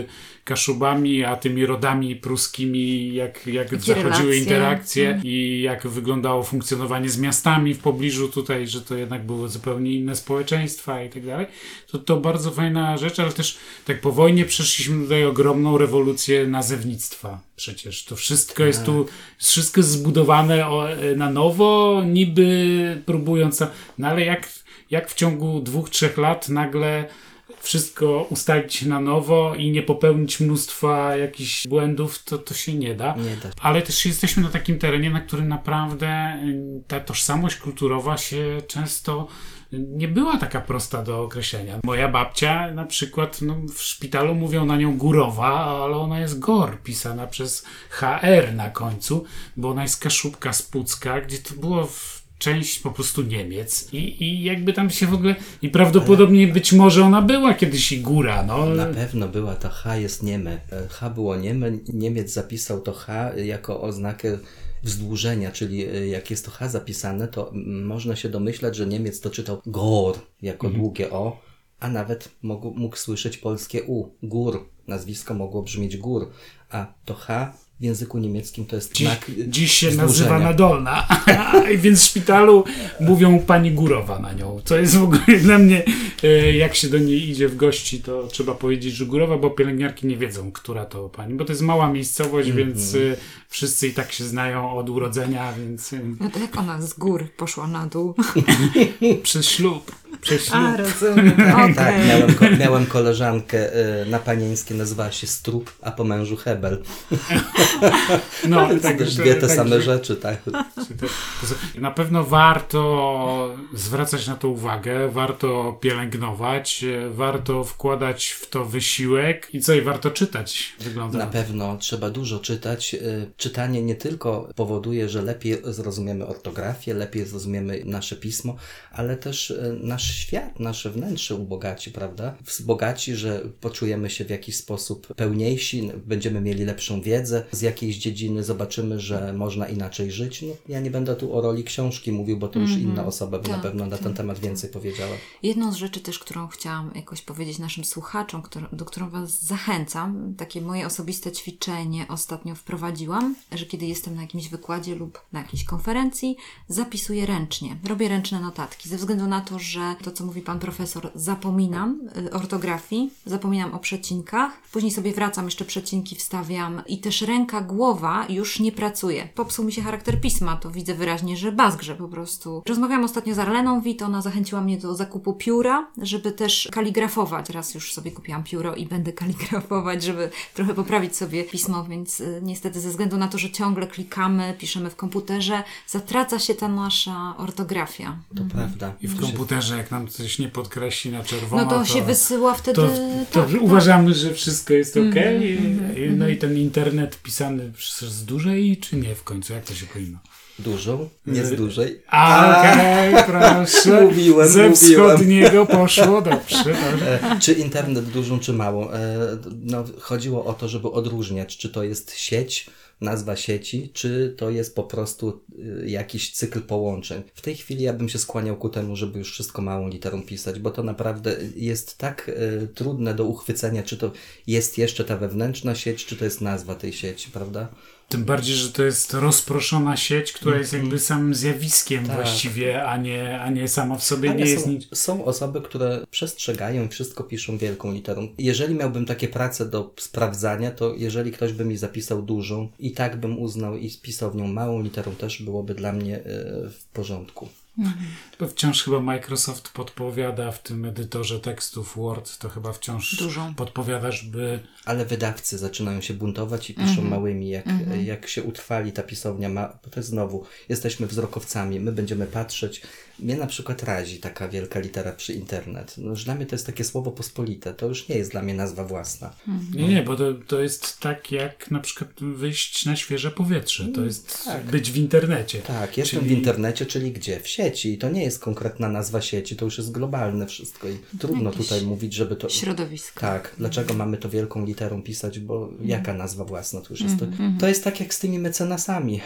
S1: Kaszubami, a tymi rodami pruskimi, jak, jak
S2: Jakie
S1: zachodziły
S2: relacje.
S1: interakcje
S2: Mm.
S1: i jak wyglądało funkcjonowanie z miastami w pobliżu tutaj, że to jednak były zupełnie inne społeczeństwa i tak dalej. To, to bardzo fajna rzecz, ale też tak po wojnie przeszliśmy tutaj ogromną rewolucję nazewnictwa. Przecież to wszystko jest tu, wszystko jest zbudowane o, na nowo, niby próbując, no ale jak, jak w ciągu dwóch, trzech lat nagle wszystko ustalić na nowo i nie popełnić mnóstwa jakichś błędów, to, to się nie da.
S3: Nie da.
S1: Ale też jesteśmy na takim terenie, na którym naprawdę ta tożsamość kulturowa się często nie była taka prosta do określenia. Moja babcia na przykład, no, w szpitalu mówią na nią Górowa, ale ona jest Gor, pisana przez H R na końcu, bo ona jest Kaszubka z Pucka, gdzie to było w część po prostu Niemiec i, i jakby tam się w ogóle i prawdopodobnie ale... być może ona była kiedyś i Góra, no.
S3: Na pewno była, to H jest nieme. H było nieme, Niemiec zapisał to H jako oznakę wzdłużenia, czyli jak jest to H zapisane, to można się domyślać, że Niemiec to czytał Gor jako mhm. długie O, a nawet mógł, mógł słyszeć polskie U, Gór. Nazwisko mogło brzmieć Gór, a to H w języku niemieckim to jest
S1: dziś,
S3: znak
S1: dziś się
S3: wzdłużenia.
S1: nazywa Nadolna, więc w szpitalu mówią pani Górowa na nią. To jest w ogóle dla mnie, jak się do niej idzie w gości, to trzeba powiedzieć, że Górowa, bo pielęgniarki nie wiedzą, która to pani, bo to jest mała miejscowość, mm-hmm. więc wszyscy i tak się znają od urodzenia, więc...
S2: No to jak ona z gór poszła na dół?
S1: Przez ślub. Przez ślub.
S2: A, rozumiem. Okay.
S3: Tak, miałem, ko- miałem koleżankę y, na panieńskie, nazywała się Strup, a po mężu Hebel.
S1: No,
S3: tak, też dwie te tak, same że... rzeczy, tak.
S1: Na pewno warto zwracać na to uwagę, warto pielęgnować, warto wkładać w to wysiłek i co, i warto czytać, wygląda.
S3: Na pewno trzeba dużo czytać. Czytanie nie tylko powoduje, że lepiej zrozumiemy ortografię, lepiej zrozumiemy nasze pismo, ale też nasz świat, nasze wnętrze ubogaci, prawda? Wzbogaci, że poczujemy się w jakiś sposób pełniejsi, będziemy mieli lepszą wiedzę z jakiejś dziedziny, zobaczymy, że można inaczej żyć. No, ja nie będę tu o roli książki mówił, bo to już mm-hmm. inna osoba by tak, na pewno na ten tak, temat więcej tak. powiedziała.
S2: Jedną z rzeczy też, którą chciałam jakoś powiedzieć naszym słuchaczom, który, do którą Was zachęcam, takie moje osobiste ćwiczenie ostatnio wprowadziłam, że kiedy jestem na jakimś wykładzie lub na jakiejś konferencji, zapisuję ręcznie. Robię ręczne notatki, ze względu na to, że to, co mówi pan profesor, zapominam ortografii, zapominam o przecinkach, później sobie wracam, jeszcze przecinki wstawiam i też ręka, głowa już nie pracuje. Popsuł mi się charakter pisma, to widzę wyraźnie, że bazgrze po prostu. Rozmawiałam ostatnio z Arleną Wit, ona zachęciła mnie do zakupu pióra, żeby też kaligrafować. Raz już sobie kupiłam pióro i będę kaligrafować, żeby trochę poprawić sobie pismo, więc y, niestety ze względu na to, że ciągle klikamy, piszemy w komputerze, zatraca się ta nasza ortografia.
S3: To mhm. prawda.
S1: I w komputerze, jak nam coś nie podkreśli na czerwono,
S2: no to,
S1: to
S2: się wysyła wtedy...
S1: To, to tak, uważamy, tak. że wszystko jest okej. Okay.
S2: Mm-hmm.
S1: No i ten internet pisany z dużej, czy nie w końcu? Jak to się powinno?
S3: Dużą, nie z dużej.
S1: A, okej, okay, proszę.
S3: Mówiłem,
S1: Ze
S3: mówiłem.
S1: wschodniego poszło, dobrze.
S3: E, czy internet dużą, czy małą? E, no, chodziło o to, żeby odróżniać, czy to jest sieć, nazwa sieci, czy to jest po prostu y, jakiś cykl połączeń. W tej chwili ja bym się skłaniał ku temu, żeby już wszystko małą literą pisać, bo to naprawdę jest tak y, trudne do uchwycenia, czy to jest jeszcze ta wewnętrzna sieć, czy to jest nazwa tej sieci, prawda?
S1: Tym bardziej, że to jest rozproszona sieć, która jest jakby samym zjawiskiem tak. właściwie, a nie, a nie sama w sobie
S3: Ale
S1: nie
S3: są,
S1: jest nic.
S3: Są osoby, które przestrzegają i wszystko piszą wielką literą. Jeżeli miałbym takie prace do sprawdzania, to jeżeli ktoś by mi zapisał dużą, i tak bym uznał i spisał w nią małą literą, też byłoby dla mnie yy, w porządku.
S1: Mhm. To wciąż chyba Microsoft podpowiada w tym edytorze tekstów Word, to chyba wciąż Dużą. podpowiada, żeby...
S3: Ale wydawcy zaczynają się buntować i piszą mhm. małymi, jak, mhm. jak się utrwali ta pisownia, ma, bo to jest znowu, jesteśmy wzrokowcami, my będziemy patrzeć. Mnie na przykład razi taka wielka litera przy internet. No już dla mnie to jest takie słowo pospolite, to już nie jest dla mnie nazwa własna.
S1: Mhm. Nie, nie, bo to, to jest tak jak na przykład wyjść na świeże powietrze, to jest tak. być w internecie.
S3: Tak, jestem
S1: czyli...
S3: w internecie, czyli gdzie? W sieci. sieci i to nie jest konkretna nazwa sieci, to już jest globalne wszystko i trudno
S2: Jakieś
S3: tutaj mówić, żeby to...
S2: środowisko.
S3: Tak, dlaczego mamy to wielką literą pisać, bo jaka nazwa własna to już jest. To, to jest tak jak z tymi mecenasami.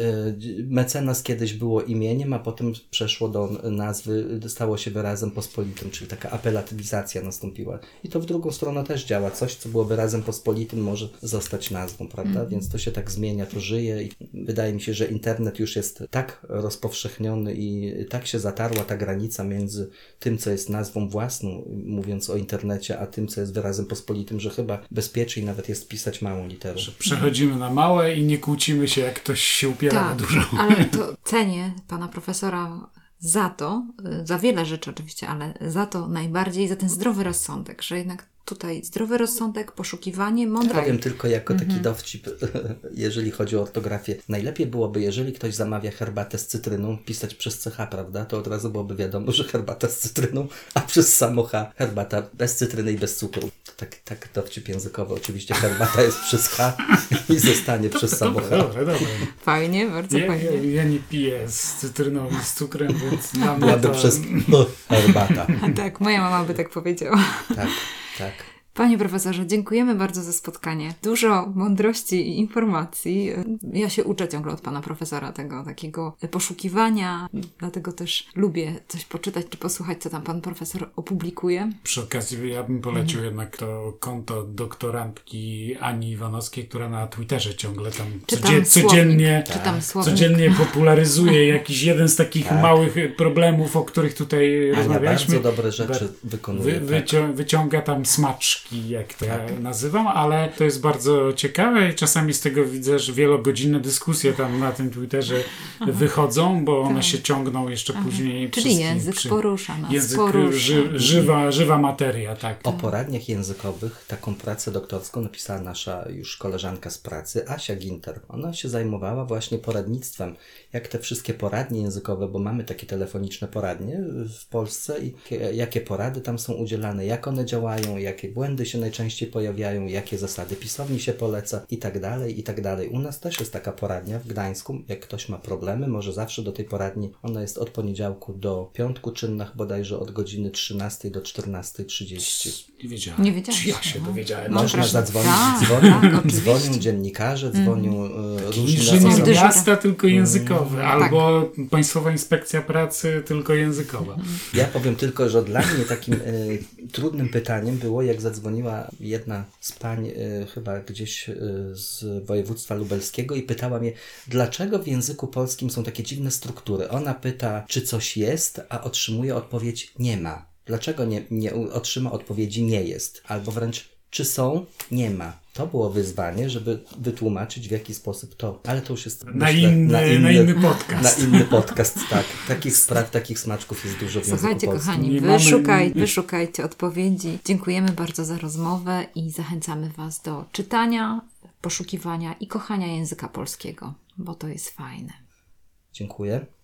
S3: Mecenas kiedyś było imieniem, a potem przeszło do nazwy, stało się wyrazem pospolitym, czyli taka apelatywizacja nastąpiła. I to w drugą stronę też działa. Coś, co było wyrazem pospolitym, może zostać nazwą, prawda? Więc to się tak zmienia, to żyje i wydaje mi się, że internet już jest tak rozpowszechniony i tak się zatarła ta granica między tym, co jest nazwą własną, mówiąc o internecie, a tym, co jest wyrazem pospolitym, że chyba bezpieczniej nawet jest pisać małą literą.
S1: Że przechodzimy na małe i nie kłócimy się, jak ktoś się upiera
S2: tak,
S1: na dużo.
S2: Ale to cenię pana profesora za to, za wiele rzeczy oczywiście, ale za to najbardziej, za ten zdrowy rozsądek, że jednak tutaj zdrowy rozsądek, poszukiwanie, mądre.
S3: Powiem tylko jako taki
S2: Mhm.
S3: dowcip, jeżeli chodzi o ortografię. Najlepiej byłoby, jeżeli ktoś zamawia herbatę z cytryną, pisać przez C H, prawda? To od razu byłoby wiadomo, że herbata z cytryną, a przez samo H herbata bez cytryny i bez cukru. Tak, tak dowcip językowy. Oczywiście herbata jest przez H i zostanie przez samo H.
S1: Dobre, dobre.
S2: Fajnie, bardzo
S1: Ja,
S2: fajnie.
S1: ja, ja nie piję z cytryną i z cukrem, więc dla mnie
S3: Łaby
S1: to...
S3: przez no, herbata.
S2: Tak, moja mama by tak powiedziała.
S3: Tak, tak.
S2: Panie profesorze, dziękujemy bardzo za spotkanie. Dużo mądrości i informacji. Ja się uczę ciągle od pana profesora tego takiego poszukiwania, dlatego też lubię coś poczytać czy posłuchać, co tam pan profesor opublikuje.
S1: Przy okazji ja bym polecił jednak to konto doktorantki Ani Iwanowskiej, która na Twitterze ciągle tam
S2: Czytam
S1: codzie-
S2: słownik.
S1: codziennie,
S2: Czytam słownik.
S1: codziennie popularyzuje jakiś jeden z takich
S3: Tak.
S1: małych problemów, o których tutaj
S3: Ania
S1: rozmawialiśmy.
S3: bardzo dobre rzeczy wykonuje.
S1: Wy,
S3: tak.
S1: wycią- wyciąga tam smaczki, jak to ja nazywam, ale to jest bardzo ciekawe i czasami z tego widzę, że wielogodzinne dyskusje tam na tym Twitterze wychodzą, bo one
S2: Tak.
S1: się ciągną jeszcze później.
S2: Czyli
S1: wszystkim
S2: język
S1: przy-
S2: porusza nas,
S1: Język
S2: porusza.
S1: ży, żywa, żywa materia, tak.
S3: O poradniach językowych taką pracę doktorską napisała nasza już koleżanka z pracy, Asia Ginter. Ona się zajmowała właśnie poradnictwem, jak te wszystkie poradnie językowe, bo mamy takie telefoniczne poradnie w Polsce i jakie porady tam są udzielane, jak one działają, jakie błędy się najczęściej pojawiają, jakie zasady pisowni się poleca i tak dalej, i tak dalej. U nas też jest taka poradnia w Gdańsku. Jak ktoś ma problemy, może zawsze do tej poradni. Ona jest od poniedziałku do piątku, czynnych bodajże od godziny trzynastej do czternastej trzydzieści.
S1: Nie wiedziałem.
S2: Nie wiedziałeś.
S1: Ja się
S2: No.
S1: dowiedziałem.
S2: No,
S3: Można
S2: proszę.
S3: zadzwonić,
S2: Tak,
S3: dzwonią,
S2: tak, oczywiście.
S3: dzwonią dziennikarze, dzwonią mm. różni
S1: Inżynier
S2: są dyżurne.
S1: miasta tylko językowy,
S3: Mm.
S1: albo Państwowa Inspekcja Pracy tylko językowa.
S3: Ja powiem tylko, że dla mnie takim y, trudnym pytaniem było, jak zadzwoniła jedna z pań y, chyba gdzieś y, z województwa lubelskiego i pytała mnie, dlaczego w języku polskim są takie dziwne struktury. Ona pyta, czy coś jest, a otrzymuje odpowiedź nie ma. Dlaczego nie, nie otrzyma odpowiedzi nie jest? Albo wręcz czy są? Nie ma. To było wyzwanie, żeby wytłumaczyć, w jaki sposób to. Ale to już jest
S1: Na,
S3: myślę,
S1: inny,
S3: na, inny,
S1: na inny podcast.
S3: na inny podcast, tak. Takich spraw, takich smaczków jest dużo w języku
S2: Słuchajcie,
S3: polskim.
S2: kochani,
S1: Nie mamy-
S2: wyszukaj, wyszukajcie odpowiedzi. Dziękujemy bardzo za rozmowę i zachęcamy Was do czytania, poszukiwania i kochania języka polskiego, bo to jest fajne.
S3: Dziękuję.